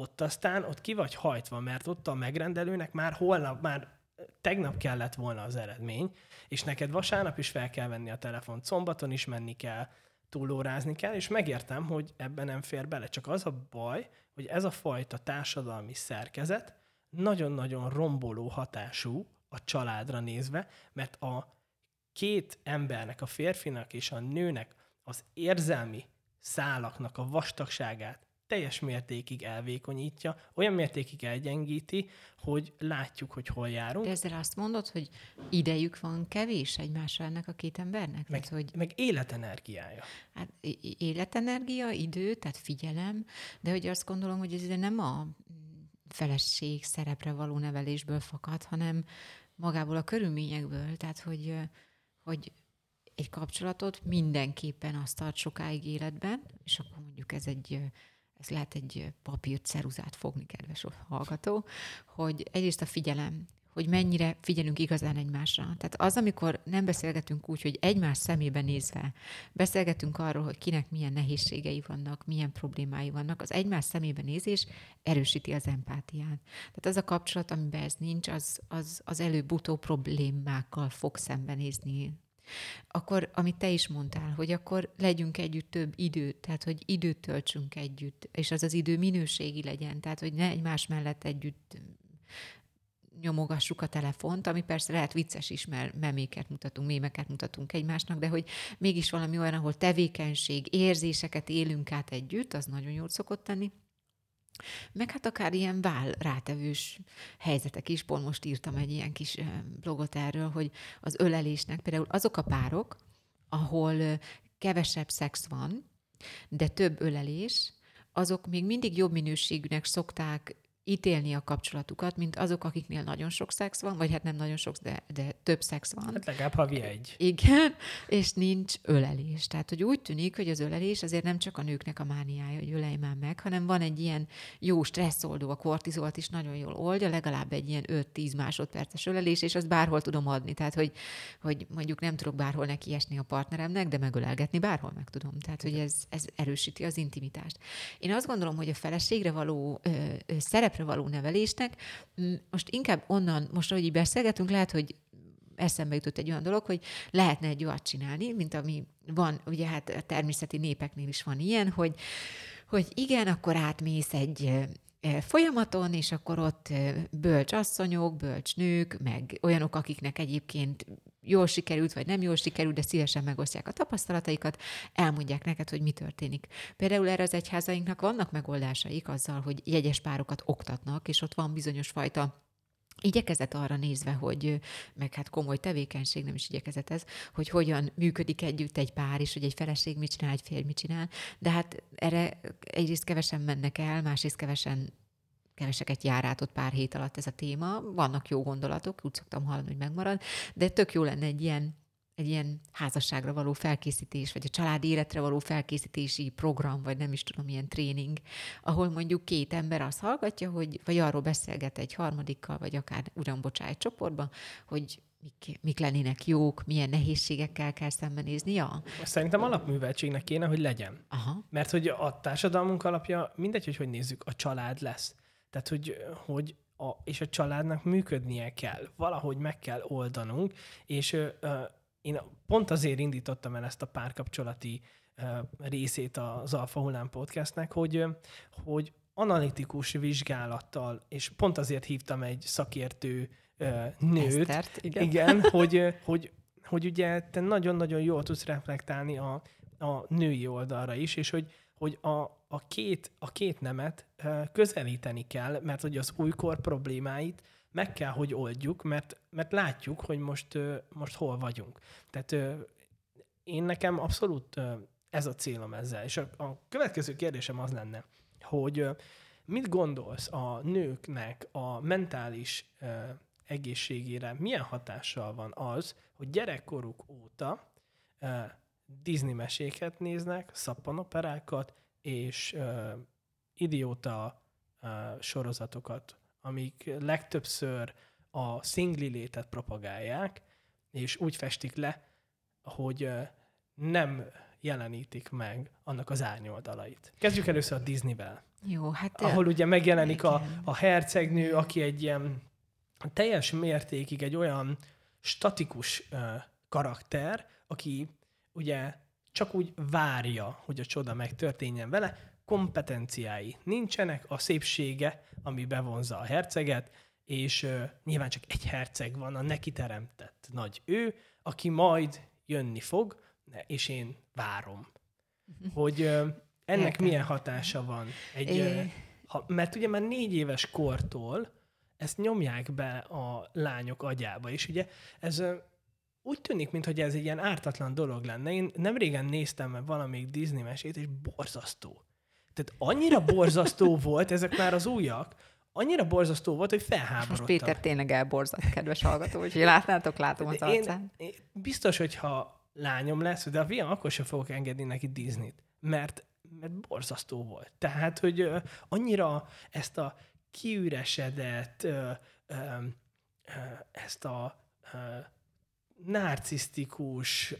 Speaker 1: ott ki vagy hajtva, mert ott a megrendelőnek már tegnap kellett volna az eredmény, és neked vasárnap is fel kell venni a telefont, szombaton is menni kell, túlórázni kell, és megértem, hogy ebben nem fér bele. Csak az a baj, hogy ez a fajta társadalmi szerkezet nagyon-nagyon romboló hatású a családra nézve, mert a két embernek, a férfinak és a nőnek az érzelmi szálaknak a vastagságát teljes mértékig elvékonyítja, olyan mértékig elgyengíti, hogy látjuk, hogy hol járunk.
Speaker 2: De ezzel azt mondod, hogy idejük van kevés egymásra ennek a két embernek?
Speaker 1: Meg életenergiája.
Speaker 2: Hát életenergia, idő, tehát figyelem, de hogy azt gondolom, hogy ez nem a feleség szerepre való nevelésből fakad, hanem magából a körülményekből. Tehát, hogy egy kapcsolatot mindenképpen azt tart sokáig életben, és akkor mondjuk ez lehet egy papírt, ceruzát fogni, kedves hallgató, hogy egyrészt a figyelem, hogy mennyire figyelünk igazán egymásra. Tehát az, amikor nem beszélgetünk úgy, hogy egymás szemébe nézve beszélgetünk arról, hogy kinek milyen nehézségei vannak, milyen problémái vannak, az egymás szemébe nézés erősíti az empátiát. Tehát az a kapcsolat, amiben ez nincs, az előbb-utóbb problémákkal fog szembenézni. Akkor, amit te is mondtál, hogy akkor legyünk együtt több időt, tehát hogy időt töltsünk együtt, és az idő minőségi legyen, tehát hogy ne egymás mellett együtt nyomogassuk a telefont, ami persze lehet vicces is, mert mémeket mutatunk egymásnak, de hogy mégis valami olyan, ahol tevékenység, érzéseket élünk át együtt, az nagyon jól szokott tenni. Meg hát akár ilyen rátevős helyzetek is, pont most írtam egy ilyen kis blogot erről, hogy az ölelésnek például azok a párok, ahol kevesebb szex van, de több ölelés, azok még mindig jobb minőségűnek szokták ítélni a kapcsolatukat, mint azok, akiknél nagyon sok szex van, vagy hát nem nagyon sok, de több szex van.
Speaker 1: Hát legalább havi egy.
Speaker 2: Igen, és nincs ölelés. Tehát, hogy úgy tűnik, hogy az ölelés azért nem csak a nőknek a mániája, hogy ölelj már meg, hanem van egy ilyen jó stresszoldó, a kortizolt is nagyon jól oldja, legalább egy ilyen 5-10 másodperces ölelés, és azt bárhol tudom adni. Tehát, hogy mondjuk nem tudok bárhol nekiesni a partneremnek, de megölelgetni bárhol meg tudom. Tehát, hogy ez erősíti az intimitást. Én azt gondolom, hogy a feleségre való szerepre való nevelésnek, most inkább onnan, most ahogy így beszélgetünk, lehet, hogy eszembe jutott egy olyan dolog, hogy lehetne egy olyat csinálni, mint ami van, ugye hát a természeti népeknél is van ilyen, hogy igen, akkor átmész egy folyamaton, és akkor ott bölcs asszonyok, bölcs nők, meg olyanok, akiknek egyébként jól sikerült, vagy nem jól sikerült, de szívesen megosztják a tapasztalataikat, elmondják neked, hogy mi történik. Például erre az egyházainknak vannak megoldásaik azzal, hogy jegyes párokat oktatnak, és ott van bizonyos fajta igyekezet arra nézve, hogy, meg hát komoly tevékenység, nem is igyekezet ez, hogy hogyan működik együtt egy pár, és hogy egy feleség mit csinál, egy férj mit csinál. De hát erre egyrészt kevesen mennek el, másrészt keveseket jár át ott pár hét alatt ez a téma. Vannak jó gondolatok, úgy szoktam hallani, hogy megmarad, de tök jó lenne egy ilyen házasságra való felkészítés, vagy a családi életre való felkészítési program, vagy nem is tudom, ilyen tréning, ahol mondjuk két ember azt hallgatja, vagy arról beszélget egy harmadikkal, vagy akár egy csoportban, hogy mik lennének jók, milyen nehézségekkel kell szembenézni. Ja.
Speaker 1: Szerintem alapműveltségnek kéne, hogy legyen.
Speaker 2: Aha.
Speaker 1: Mert hogy a társadalmunk alapja, mindegy, hogy nézzük, a család lesz. Tehát, hogy és a családnak működnie kell. Valahogy meg kell oldanunk, és én pont azért indítottam el ezt a párkapcsolati részét az Alfa Hullám podcastnek, hogy analitikus vizsgálattal, és pont azért hívtam egy szakértő nőt,
Speaker 2: Esztert, igen.
Speaker 1: igen, hogy ugye te nagyon-nagyon jól tudsz reflektálni a női oldalra is, és hogy a két nemet közelíteni kell, mert hogy az újkor problémáit meg kell, hogy oldjuk, mert látjuk, hogy most hol vagyunk. Tehát én nekem abszolút ez a célom ezzel. És a következő kérdésem az lenne, hogy mit gondolsz a nőknek a mentális egészségére, milyen hatással van az, hogy gyerekkoruk óta Disney meséket néznek, szappanoperákat és idióta sorozatokat, amik legtöbbször a szingli létet propagálják, és úgy festik le, hogy nem jelenítik meg annak az árnyoldalait. Kezdjük először a Disneyvel.
Speaker 2: Jó, hát...
Speaker 1: Ahol ugye megjelenik a hercegnő, aki egy ilyen teljes mértékig egy olyan statikus karakter, aki ugye csak úgy várja, hogy a csoda megtörténjen vele, kompetenciái nincsenek, a szépsége, ami bevonza a herceget, és nyilván csak egy herceg van, a neki teremtett nagy ő, aki majd jönni fog, és én várom. Hogy ennek milyen hatása van. Mert ugye már 4 éves kortól ezt nyomják be a lányok agyába, és ugye ez úgy tűnik, mintha ez egy ilyen ártatlan dolog lenne. Én nem régen néztem valamelyik Disney mesét, és borzasztó. Tehát annyira borzasztó volt, ezek már az újak, annyira borzasztó volt, hogy felháborodtam.
Speaker 2: Most Péter tényleg elborzadt, kedves hallgató, úgyhogy látom az arcán.
Speaker 1: Én biztos, hogyha lányom lesz, de a fiam akkor sem fogok engedni neki Disneyt, mert borzasztó volt. Tehát, hogy annyira ezt a kiüresedett, ezt a narcisztikus,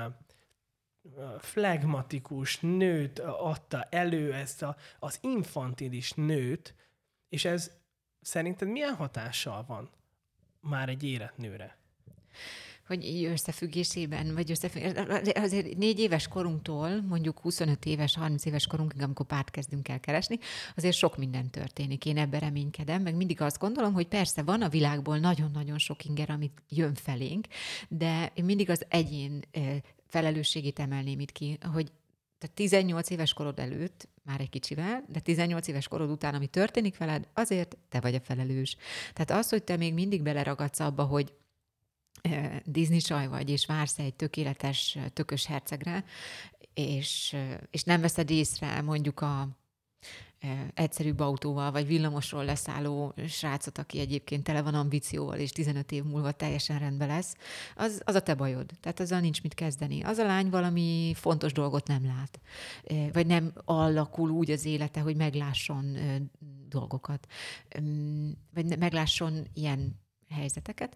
Speaker 1: flegmatikus nőt adta elő, ezt az infantilis nőt, és ez szerinted milyen hatással van már egy érett nőre?
Speaker 2: Hogy így összefüggésében, vagy azért 4 éves korunktól, mondjuk 25 éves, 30 éves korunkig, amikor párt kezdünk el keresni, azért sok minden történik. Én ebben reménykedem, meg mindig azt gondolom, hogy persze van a világból nagyon-nagyon sok inger, amit jön felénk, de én mindig az egyén felelősségét emelném itt ki, hogy 18 éves korod előtt, már egy kicsivel, de 18 éves korod után, ami történik veled, azért te vagy a felelős. Tehát az, hogy te még mindig beleragadsz abba, hogy Disney csaj vagy, és vársz egy tökéletes, tökös hercegre, és nem veszed észre mondjuk a egyszerűbb autóval, vagy villamosról leszálló srácot, aki egyébként tele van ambícióval, és 15 év múlva teljesen rendben lesz, az a te bajod. Tehát azzal nincs mit kezdeni. Az a lány valami fontos dolgot nem lát. Vagy nem alakul úgy az élete, hogy meglásson dolgokat. Vagy meglásson ilyen helyzeteket.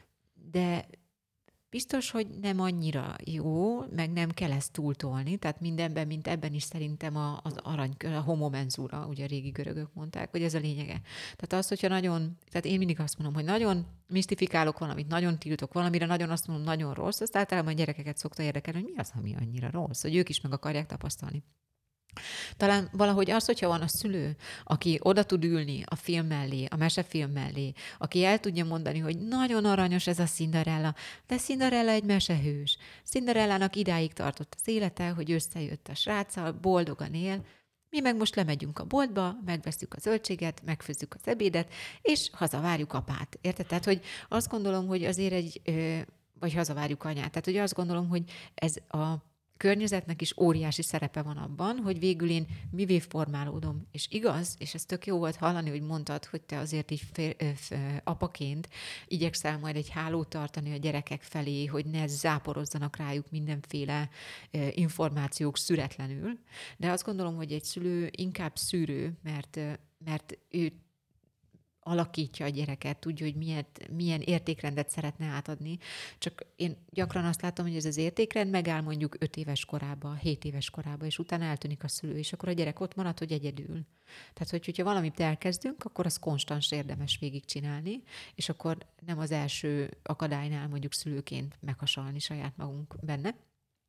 Speaker 2: De biztos, hogy nem annyira jó, meg nem kell ezt túltolni, tehát mindenben, mint ebben is szerintem az aranykör, a homo mensura, ugye a régi görögök mondták, hogy ez a lényege. Tehát az, hogyha tehát én mindig azt mondom, hogy nagyon misztifikálok valamit, nagyon tiltok valamire, nagyon azt mondom, nagyon rossz, azt általában a gyerekeket szokta érdekelni, hogy mi az, ami annyira rossz, hogy ők is meg akarják tapasztalni. Talán valahogy az, hogyha van a szülő, aki oda tud ülni a film mellé, a mesefilm mellé, aki el tudja mondani, hogy nagyon aranyos ez a Cinderella, de Cinderella egy mesehős. Cinderellának idáig tartott az élete, hogy összejött a sráccal, boldogan él, mi meg most lemegyünk a boltba, megveszünk a zöldséget, megfőzzük az ebédet, és hazavárjuk apát. Érted? Tehát, hogy azt gondolom, hogy azért vagy hazavárjuk anyát. Tehát, hogy azt gondolom, hogy ez a környezetnek is óriási szerepe van abban, hogy végül én mivé formálódom. És igaz, és ez tök jó volt hallani, hogy mondtad, hogy te azért így apaként igyekszel majd egy hálót tartani a gyerekek felé, hogy ne záporozzanak rájuk mindenféle információk szüretlenül. De azt gondolom, hogy egy szülő inkább szűrő, mert ő alakítja a gyereket, tudja, hogy milyen értékrendet szeretne átadni. Csak én gyakran azt látom, hogy ez az értékrend megáll mondjuk 5 éves korába, 7 éves korába, és utána eltűnik a szülő, és akkor a gyerek ott marad, hogy egyedül. Tehát, hogyha valamit elkezdünk, akkor az konstans érdemes végigcsinálni, és akkor nem az első akadálynál mondjuk szülőként meghasalni saját magunk benne.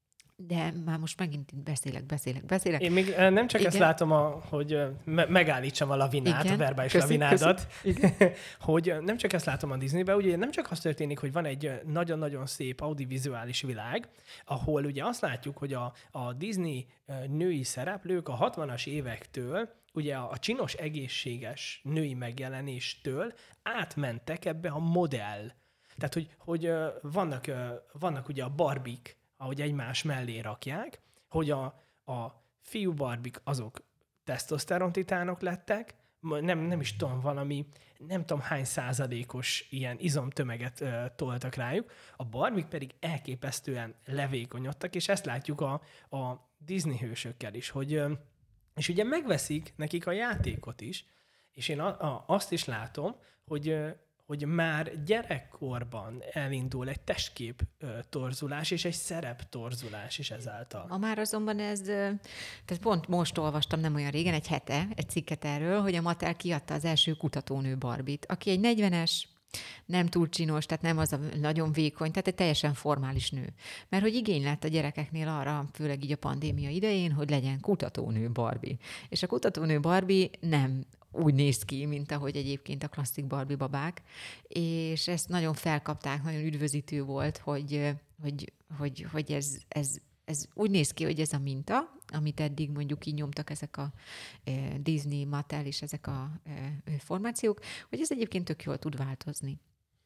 Speaker 2: De már most megint itt beszélek.
Speaker 1: Én még nem csak
Speaker 2: Igen.
Speaker 1: ezt látom, hogy megállítsam a lavinát,
Speaker 2: Igen.
Speaker 1: a verbális
Speaker 2: Köszi.
Speaker 1: lavinádat, hogy nem csak ezt látom a Disneyben, ugye nem csak az történik, hogy van egy nagyon-nagyon szép audiovizuális világ, ahol ugye azt látjuk, hogy a Disney női szereplők a 60-as évektől, ugye a csinos, egészséges női megjelenéstől átmentek ebbe a modell. Tehát, hogy vannak ugye a barbik, ahogy egymás mellé rakják, hogy a fiú barbik azok tesztoszterontitánok lettek, nem is tudom, valami nem tudom hány százalékos ilyen izomtömeget toltak rájuk, a barbik pedig elképesztően levékonyodtak, és ezt látjuk a Disney hősökkel is, hogy és ugye megveszik nekik a játékot is, és én azt is látom, hogy már gyerekkorban elindul egy testkép torzulás és egy szerep torzulás is ezáltal.
Speaker 2: Ma már azonban tehát pont most olvastam nem olyan régen, egy hete, egy cikket erről, hogy a Mattel kiadta az első kutatónő Barbit, aki egy 40-es, nem túl csinos, tehát nem az a nagyon vékony, tehát egy teljesen formális nő. Mert hogy igény lett a gyerekeknél arra, főleg így a pandémia idején, hogy legyen kutatónő Barbie. És a kutatónő Barbie nem úgy néz ki, mint ahogy egyébként a klasszik Barbie babák, és ezt nagyon felkapták, nagyon üdvözítő volt, hogy ez úgy néz ki, hogy ez a minta, amit eddig mondjuk így nyomtak ezek a Disney, Mattel és ezek a formációk, hogy ez egyébként tök jól tud változni.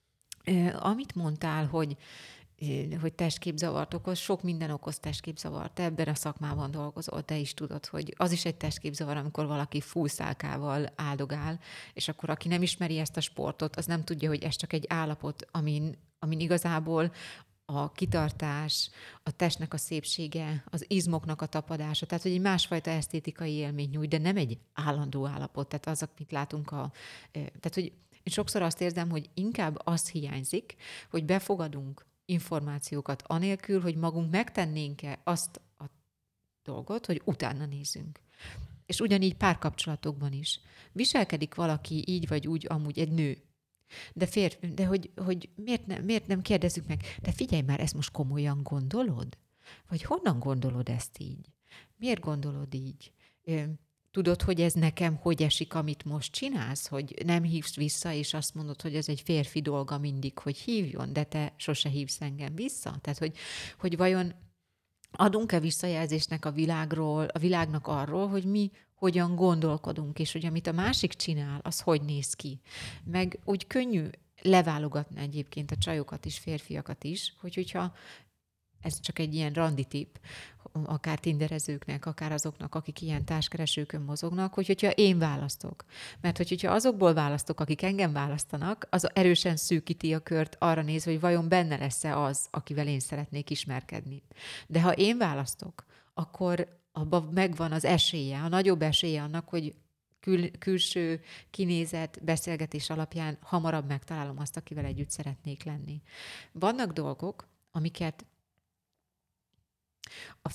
Speaker 2: Amit mondtál, hogy testképzavart okoz, sok minden okoz testképzavart. Te ebben a szakmában dolgozol, te is tudod, hogy az is egy testképzavar, amikor valaki fullszálkával áldogál, és akkor aki nem ismeri ezt a sportot, az nem tudja, hogy ez csak egy állapot, amin igazából a kitartás, a testnek a szépsége, az izmoknak a tapadása, tehát hogy egy másfajta esztétikai élmény nyújt, de nem egy állandó állapot, tehát az, amit látunk tehát hogy én sokszor azt érzem, hogy inkább az hiányzik, hogy befogadunk információkat anélkül, hogy magunk megtennénk-e azt a dolgot, hogy utána nézzünk. És ugyanígy párkapcsolatokban is. Viselkedik valaki így vagy úgy, amúgy egy nő, de hogy miért nem kérdezzük meg, de figyelj már, ezt most komolyan gondolod? Vagy honnan gondolod ezt így? Miért gondolod így? Tudod, hogy ez nekem hogy esik, amit most csinálsz? Hogy nem hívsz vissza, és azt mondod, hogy ez egy férfi dolga mindig, hogy hívjon, de te sose hívsz engem vissza? Tehát, hogy vajon adunk-e visszajelzésnek a világnak arról, hogy mi hogyan gondolkodunk, és hogy amit a másik csinál, az hogy néz ki. Meg úgy könnyű leválogatni egyébként a csajokat is, férfiakat is, hogyha ez csak egy ilyen randi tipp, akár tinderezőknek, akár azoknak, akik ilyen társkeresőkön mozognak, hogyha én választok. Mert hogyha azokból választok, akik engem választanak, az erősen szűkíti a kört arra nézve, hogy vajon benne lesz-e az, akivel én szeretnék ismerkedni. De ha én választok, akkor abban megvan az esélye, a nagyobb esélye annak, hogy külső kinézet, beszélgetés alapján hamarabb megtalálom azt, akivel együtt szeretnék lenni. Vannak dolgok, amiket a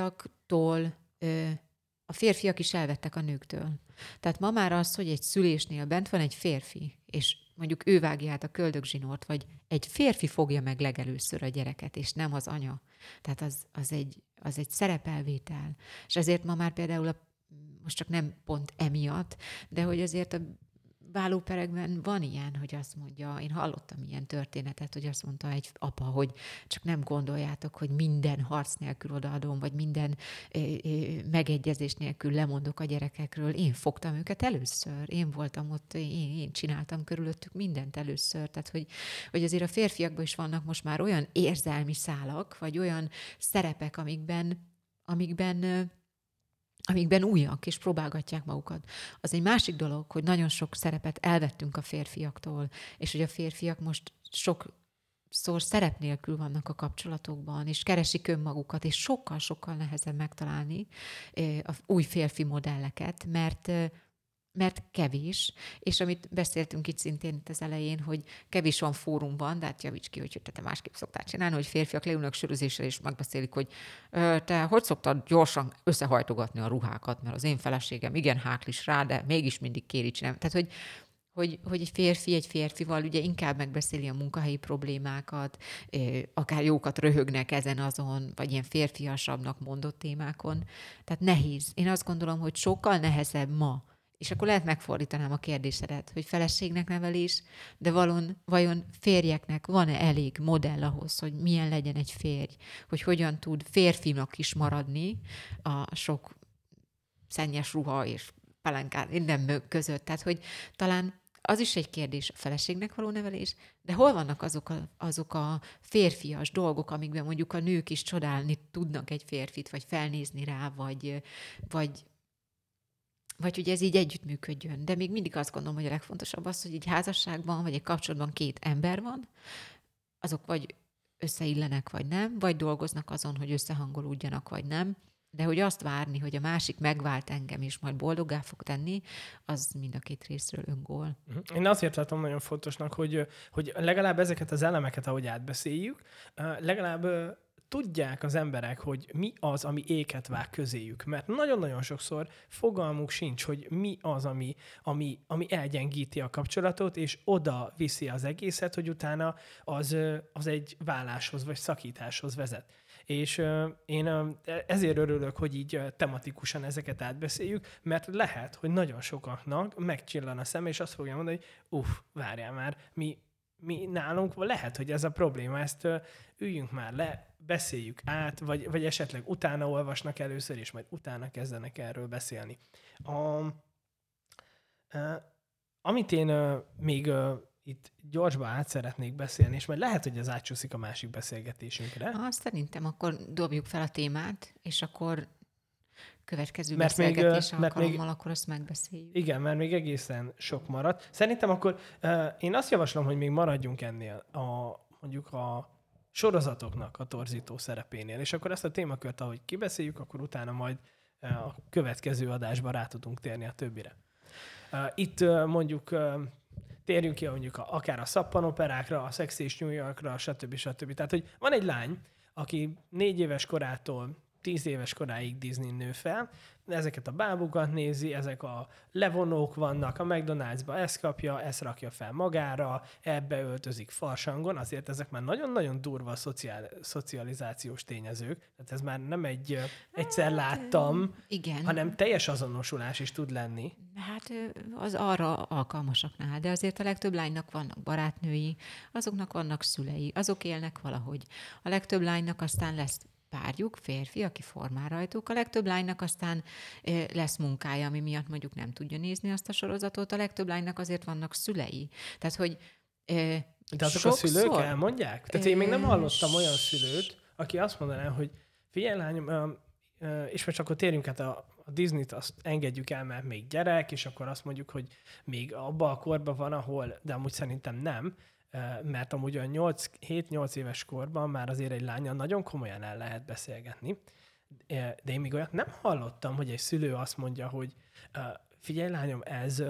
Speaker 2: férfiak is elvettek a nőktől. Tehát ma már az, hogy egy szülésnél bent van egy férfi, és mondjuk ő vágja át a köldögzsinort, vagy egy férfi fogja meg legelőször a gyereket, és nem az anya. Tehát az egy szerepelvétel. És ezért ma már például most csak nem pont emiatt, de hogy azért a vállóperekben van ilyen, hogy azt mondja, én hallottam ilyen történetet, hogy azt mondta egy apa, hogy csak nem gondoljátok, hogy minden harc nélkül odaadom, vagy minden megegyezés nélkül lemondok a gyerekekről. Én fogtam őket először, én voltam ott, én csináltam körülöttük mindent először. Tehát, hogy azért a férfiakban is vannak most már olyan érzelmi szálak, vagy olyan szerepek, amikben újak, és próbálgatják magukat. Az egy másik dolog, hogy nagyon sok szerepet elvettünk a férfiaktól, és hogy a férfiak most sokszor szerep nélkül vannak a kapcsolatokban, és keresik önmagukat, és sokkal-sokkal nehezebb megtalálni a új férfi modelleket, mert kevés, és amit beszéltünk itt szintén itt az elején, hogy kevés van fórumban, de hát javíts ki, hogy te másképp szoktál csinálni, hogy férfiak leülnek sörözésre, és megbeszélik, hogy te hogy szoktad gyorsan összehajtogatni a ruhákat, mert az én feleségem igen háklis rá, de mégis mindig kéri csinálni. Tehát, hogy egy férfival ugye inkább megbeszéli a munkahelyi problémákat, akár jókat röhögnek ezen-azon, vagy ilyen férfiasabbnak mondott témákon. Tehát nehéz. Én azt gondolom, hogy sokkal nehezebb ma, és akkor lehet megfordítanám a kérdésedet, hogy feleségnek nevelés, de vajon férjeknek van-e elég modell ahhoz, hogy milyen legyen egy férj, hogy hogyan tud férfinak is maradni a sok szennyes ruha és pelenkát minden között. Tehát, hogy talán az is egy kérdés, a feleségnek való nevelés, de hol vannak azok a férfias dolgok, amikben mondjuk a nők is csodálni tudnak egy férfit, vagy felnézni rá, vagy hogy ez így együttműködjön. De még mindig azt gondolom, hogy a legfontosabb az, hogy egy házasságban, vagy egy kapcsolatban két ember van, azok vagy összeillenek, vagy nem, vagy dolgoznak azon, hogy összehangolódjanak, vagy nem, de hogy azt várni, hogy a másik megvált engem, és majd boldoggá fog tenni, az mind a két részről öngól.
Speaker 1: Én azért látom nagyon fontosnak, hogy legalább ezeket az elemeket, ahogy átbeszéljük, legalább tudják az emberek, hogy mi az, ami éket vág közéjük. Mert nagyon-nagyon sokszor fogalmuk sincs, hogy mi az, ami elgyengíti a kapcsolatot, és oda viszi az egészet, hogy utána az egy váláshoz vagy szakításhoz vezet. És én ezért örülök, hogy így tematikusan ezeket átbeszéljük, mert lehet, hogy nagyon sokaknak megcsillan a szem, és azt fogja mondani, hogy várjál már, mi nálunk lehet, hogy ez a probléma, ezt üljünk már le, beszéljük át, vagy esetleg utána olvasnak először, és majd utána kezdenek erről beszélni. Amit én még itt gyorsban át szeretnék beszélni, és majd lehet, hogy ez átcsúszik a másik beszélgetésünkre.
Speaker 2: Szerintem akkor dobjuk fel a témát, és akkor következő beszélgetés alkalommal akkor azt megbeszéljük.
Speaker 1: Igen, mert még egészen sok maradt. Szerintem akkor én azt javaslom, hogy még maradjunk ennél mondjuk a sorozatoknak a torzító szerepénél, és akkor ezt a témakört, ahogy kibeszéljük, akkor utána majd a következő adásban rá tudunk térni a többire. Itt mondjuk térjünk ki mondjuk akár a szappanoperákra, a Sex és New Yorkra, stb. Tehát, hogy van egy lány, aki 4 éves korától 10 éves koráig Disney nő fel, ezeket a bábukat nézi, ezek a levonók vannak, a McDonald'sba ezt kapja, ezt rakja fel magára, ebbe öltözik farsangon, azért ezek már nagyon-nagyon durva szocializációs tényezők, tehát ez már nem egy egyszer láttam,
Speaker 2: igen,
Speaker 1: hanem teljes azonosulás is tud lenni.
Speaker 2: Hát az arra alkalmasaknál, de azért a legtöbb lánynak vannak barátnői, azoknak vannak szülei, azok élnek valahogy. A legtöbb lánynak aztán lesz párjuk, férfi, aki formál rajtuk. A legtöbb lánynak aztán lesz munkája, ami miatt mondjuk nem tudja nézni azt a sorozatot. A legtöbb lánynak azért vannak szülei. Tehát, hogy
Speaker 1: de azok a szülők elmondják? Tehát én még nem hallottam olyan szülőt, aki azt mondaná, hogy figyelj lányom, és most akkor térjünk át a Disney-t, azt engedjük el, mert még gyerek, és akkor azt mondjuk, hogy még abban a korban van, ahol, de amúgy szerintem nem, mert amúgy olyan 7-8 éves korban már azért egy lánnyal nagyon komolyan el lehet beszélgetni. De én még olyat nem hallottam, hogy egy szülő azt mondja, hogy figyelj lányom, ez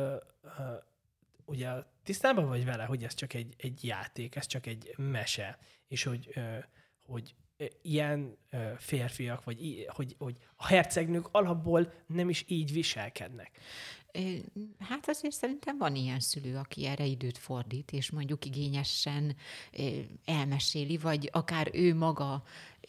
Speaker 1: ugye tisztában vagy vele, hogy ez csak egy játék, ez csak egy mese, és hogy ilyen férfiak, vagy hogy a hercegnők alapból nem is így viselkednek.
Speaker 2: Hát azért szerintem van ilyen szülő, aki erre időt fordít, és mondjuk igényesen elmeséli, vagy akár ő maga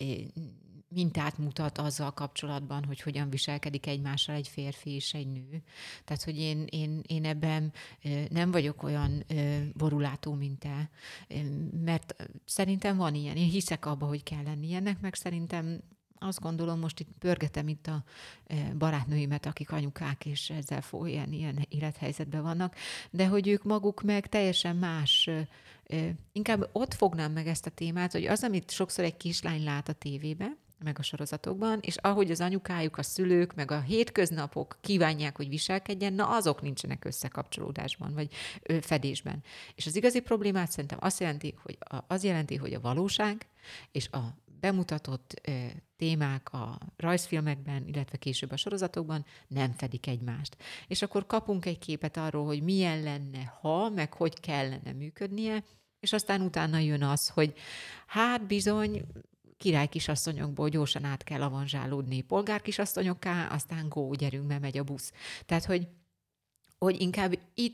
Speaker 2: mintát mutat azzal kapcsolatban, hogy hogyan viselkedik egymással egy férfi és egy nő. Tehát, hogy én ebben nem vagyok olyan borulátó, mint te, mert szerintem van ilyen. Én hiszek abba, hogy kell lenni ilyennek, meg szerintem azt gondolom, most itt pörgetem itt a barátnőimet, akik anyukák, és ezzel ilyen élethelyzetben vannak, de hogy ők maguk meg teljesen más, inkább ott fognám meg ezt a témát, hogy az, amit sokszor egy kislány lát a tévében, meg a sorozatokban, és ahogy az anyukájuk, a szülők, meg a hétköznapok kívánják, hogy viselkedjen, na azok nincsenek összekapcsolódásban, vagy fedésben. És az igazi problémát szerintem az jelenti, hogy a valóság és a bemutatott témák a rajzfilmekben, illetve később a sorozatokban nem fedik egymást. És akkor kapunk egy képet arról, hogy milyen lenne, ha, meg hogy kellene működnie, és aztán utána jön az, hogy hát bizony királykisasszonyokból gyorsan át kell avanzsálódni polgárkisasszonyokká, aztán gyerünk, mert megy a busz. Tehát, hogy inkább itt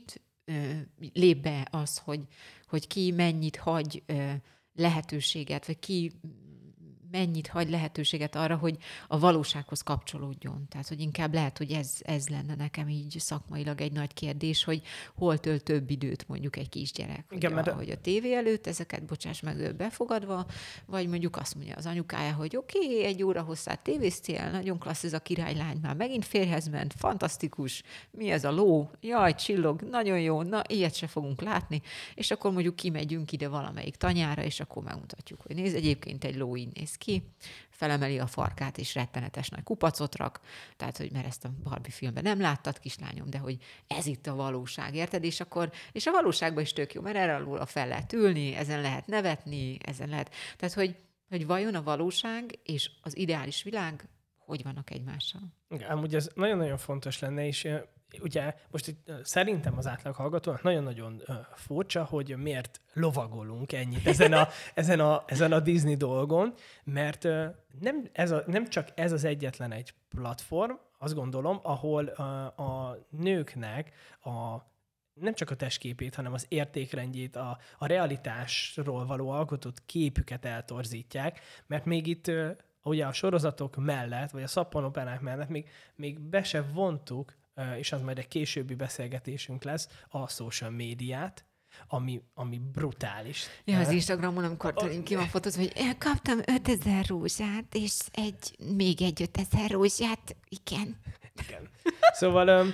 Speaker 2: lép be az, hogy ki mennyit hagy lehetőséget, vagy ki mennyit hagy lehetőséget arra, hogy a valósághoz kapcsolódjon. Tehát, hogy inkább lehet, hogy ez lenne nekem így szakmailag egy nagy kérdés, hogy hol tölt több időt mondjuk egy kisgyerek.
Speaker 1: Igen,
Speaker 2: hogy a tévé előtt ezeket, bocsáss meg, ő befogadva, vagy mondjuk azt mondja az anyukája, hogy oké, 1 óra hosszát tévéztél, nagyon klassz ez a királylány, már megint férjhez ment, fantasztikus, mi ez a ló, jaj, csillog, nagyon jó, na, ilyet se fogunk látni, és akkor mondjuk kimegyünk ide valamelyik tanyára, és akkor megmutatjuk, hogy nézd, egyébként egy ló így néz ki, felemeli a farkát, és rettenetes nagy kupacot rak, tehát, hogy mert ezt a Barbie filmben nem láttad, kislányom, de hogy ez itt a valóság, érted? És a valóságban is tök jó, mert erre alul fel lehet ülni, ezen lehet nevetni, ezen lehet, tehát, hogy vajon a valóság és az ideális világ hogy vannak egymással?
Speaker 1: Amúgy ez nagyon-nagyon fontos lenne, és ugye most itt, szerintem az átlag hallgatónak nagyon-nagyon furcsa, hogy miért lovagolunk ennyit ezen a Disney dolgon, mert nem csak ez az egyetlen egy platform, azt gondolom, ahol a nőknek nem csak a testképét, hanem az értékrendjét, a realitásról való alkotott képüket eltorzítják, mert még itt ugye a sorozatok mellett, vagy a szappanoperák mellett még be se vontuk, és az majd egy későbbi beszélgetésünk lesz, a social médiát, ami brutális.
Speaker 2: Ja, az Instagramon, amikor ki van fotózva, hogy kaptam 5000 rózsát, és még egy 5000 rózsát, igen.
Speaker 1: Szóval,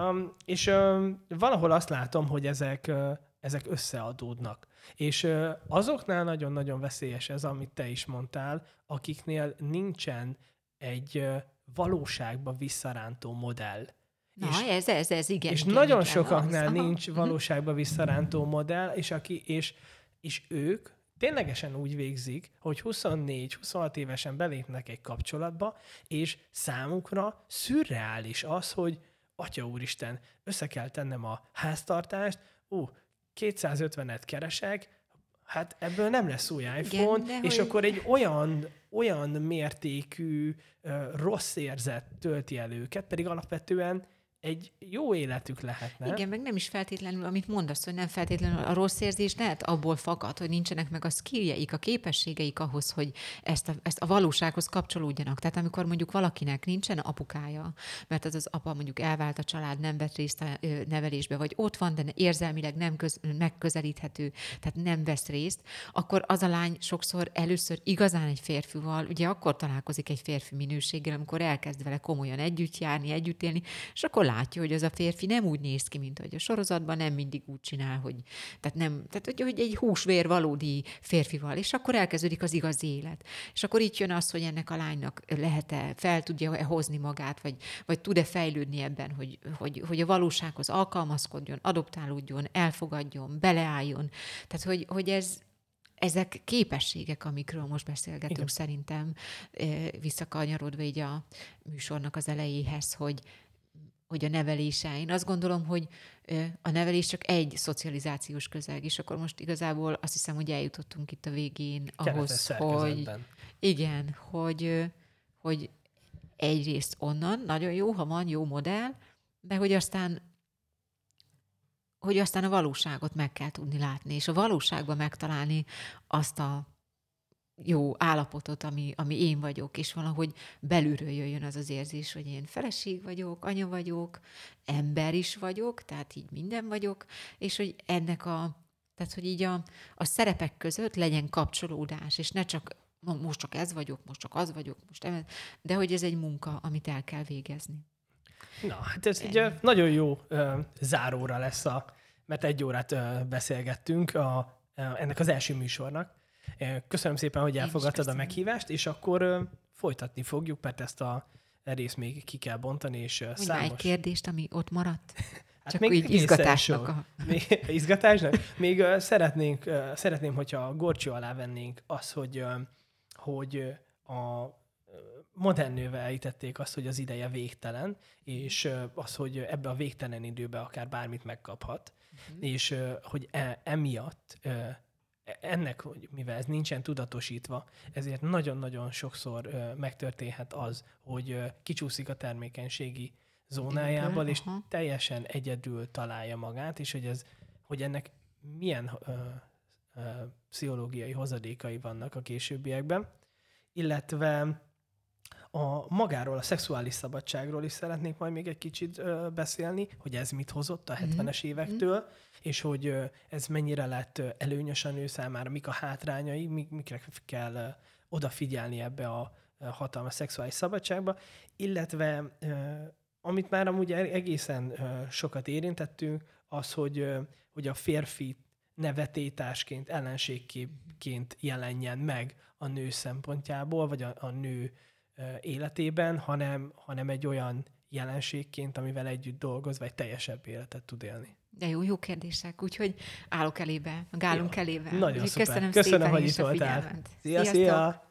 Speaker 1: valahol azt látom, hogy ezek összeadódnak. És azoknál nagyon-nagyon veszélyes ez, amit te is mondtál, akiknél nincsen egy valóságba visszarántó modell.
Speaker 2: Na, ez igen.
Speaker 1: És
Speaker 2: igen,
Speaker 1: nagyon
Speaker 2: igen,
Speaker 1: sokaknál nincs valóságba visszarántó modell, és ők ténylegesen úgy végzik, hogy 24-26 évesen belépnek egy kapcsolatba, és számukra szürreális az, hogy Atya úristen, össze kell tennem a háztartást, 250-et keresek, hát ebből nem lesz új iPhone, igen, és akkor egy olyan mértékű rossz érzet tölti el őket, pedig alapvetően egy jó életük lehetne.
Speaker 2: Igen, meg nem is feltétlenül, amit mondasz, hogy nem feltétlenül a rossz érzés lehet abból fakad, hogy nincsenek meg a skilljeik, a képességeik ahhoz, hogy ezt a valósághoz kapcsolódjanak. Tehát amikor mondjuk valakinek nincsen apukája, mert az apa mondjuk elvált a család, nem vett részt a nevelésbe, vagy ott van, de érzelmileg nem megközelíthető, tehát nem vesz részt, akkor az a lány sokszor először igazán egy férfival, ugye akkor találkozik egy férfi minőséggel, amikor elkezd vele komolyan együtt járni, együtt élni, és akkor látja, hogy az a férfi nem úgy néz ki, mint hogy a sorozatban, nem mindig úgy csinál, hogy egy húsvér valódi férfival, és akkor elkezdődik az igazi élet. És akkor itt jön az, hogy ennek a lánynak lehet-e, fel tudja hozni magát, vagy tud-e fejlődni ebben, hogy a valósághoz alkalmazkodjon, adoptálódjon, elfogadjon, beleálljon. Tehát, hogy ezek képességek, amikről most beszélgetünk, igen. Szerintem visszakanyarodva így a műsornak az elejéhez, hogy a nevelése. Én azt gondolom, hogy a nevelés csak egy szocializációs közeg, és akkor most igazából azt hiszem, hogy eljutottunk itt a végén ahhoz, hogy igen, hogy egyrészt onnan nagyon jó, ha van jó modell, de hogy aztán a valóságot meg kell tudni látni, és a valóságban megtalálni azt a jó állapotot, ami én vagyok, és valahogy belülről jöjjön az érzés, hogy én feleség vagyok, anya vagyok, ember is vagyok, tehát így minden vagyok, és hogy tehát hogy így a szerepek között legyen kapcsolódás, és ne csak most csak ez vagyok, most csak az vagyok, de hogy ez egy munka, amit el kell végezni.
Speaker 1: Na, hát ez egy nagyon jó záróra lesz, mert 1 órát beszélgettünk ennek az első műsornak. Köszönöm szépen, hogy elfogadtad a meghívást, és akkor folytatni fogjuk, mert ezt a részt még ki kell bontani, és számos...
Speaker 2: egy kérdést, ami ott maradt?
Speaker 1: Hát
Speaker 2: csak
Speaker 1: még
Speaker 2: úgy izgatásnak.
Speaker 1: Izgatásnak? Még szeretném, hogyha gorcső alá vennénk az, hogy a modern nővel elítették azt, hogy az ideje végtelen, és az, hogy ebbe a végtelen időbe akár bármit megkaphat, és hogy emiatt ennek, hogy mivel ez nincsen tudatosítva, ezért nagyon-nagyon sokszor megtörténhet az, hogy kicsúszik a termékenységi zónájában, és teljesen egyedül találja magát, és hogy ennek milyen pszichológiai hozadékai vannak a későbbiekben, illetve magáról, a szexuális szabadságról is szeretnék majd még egy kicsit beszélni, hogy ez mit hozott a 70-es évektől, és hogy ez mennyire lett előnyös a nő számára, mik a hátrányai, mikre kell odafigyelni ebbe a hatalmas szexuális szabadságba, illetve amit már amúgy egészen sokat érintettünk, az, hogy a férfi nevetétásként, ellenségként jelenjen meg a nő szempontjából, vagy a nő életében, hanem egy olyan jelenségként, amivel együtt dolgoz, vagy teljesebb életet tud élni.
Speaker 2: De jó kérdések, úgyhogy állok elébe, állunk elébe.
Speaker 1: Nagyon
Speaker 2: szuper.
Speaker 1: Köszönöm szépen, hogy itt voltál. Szia!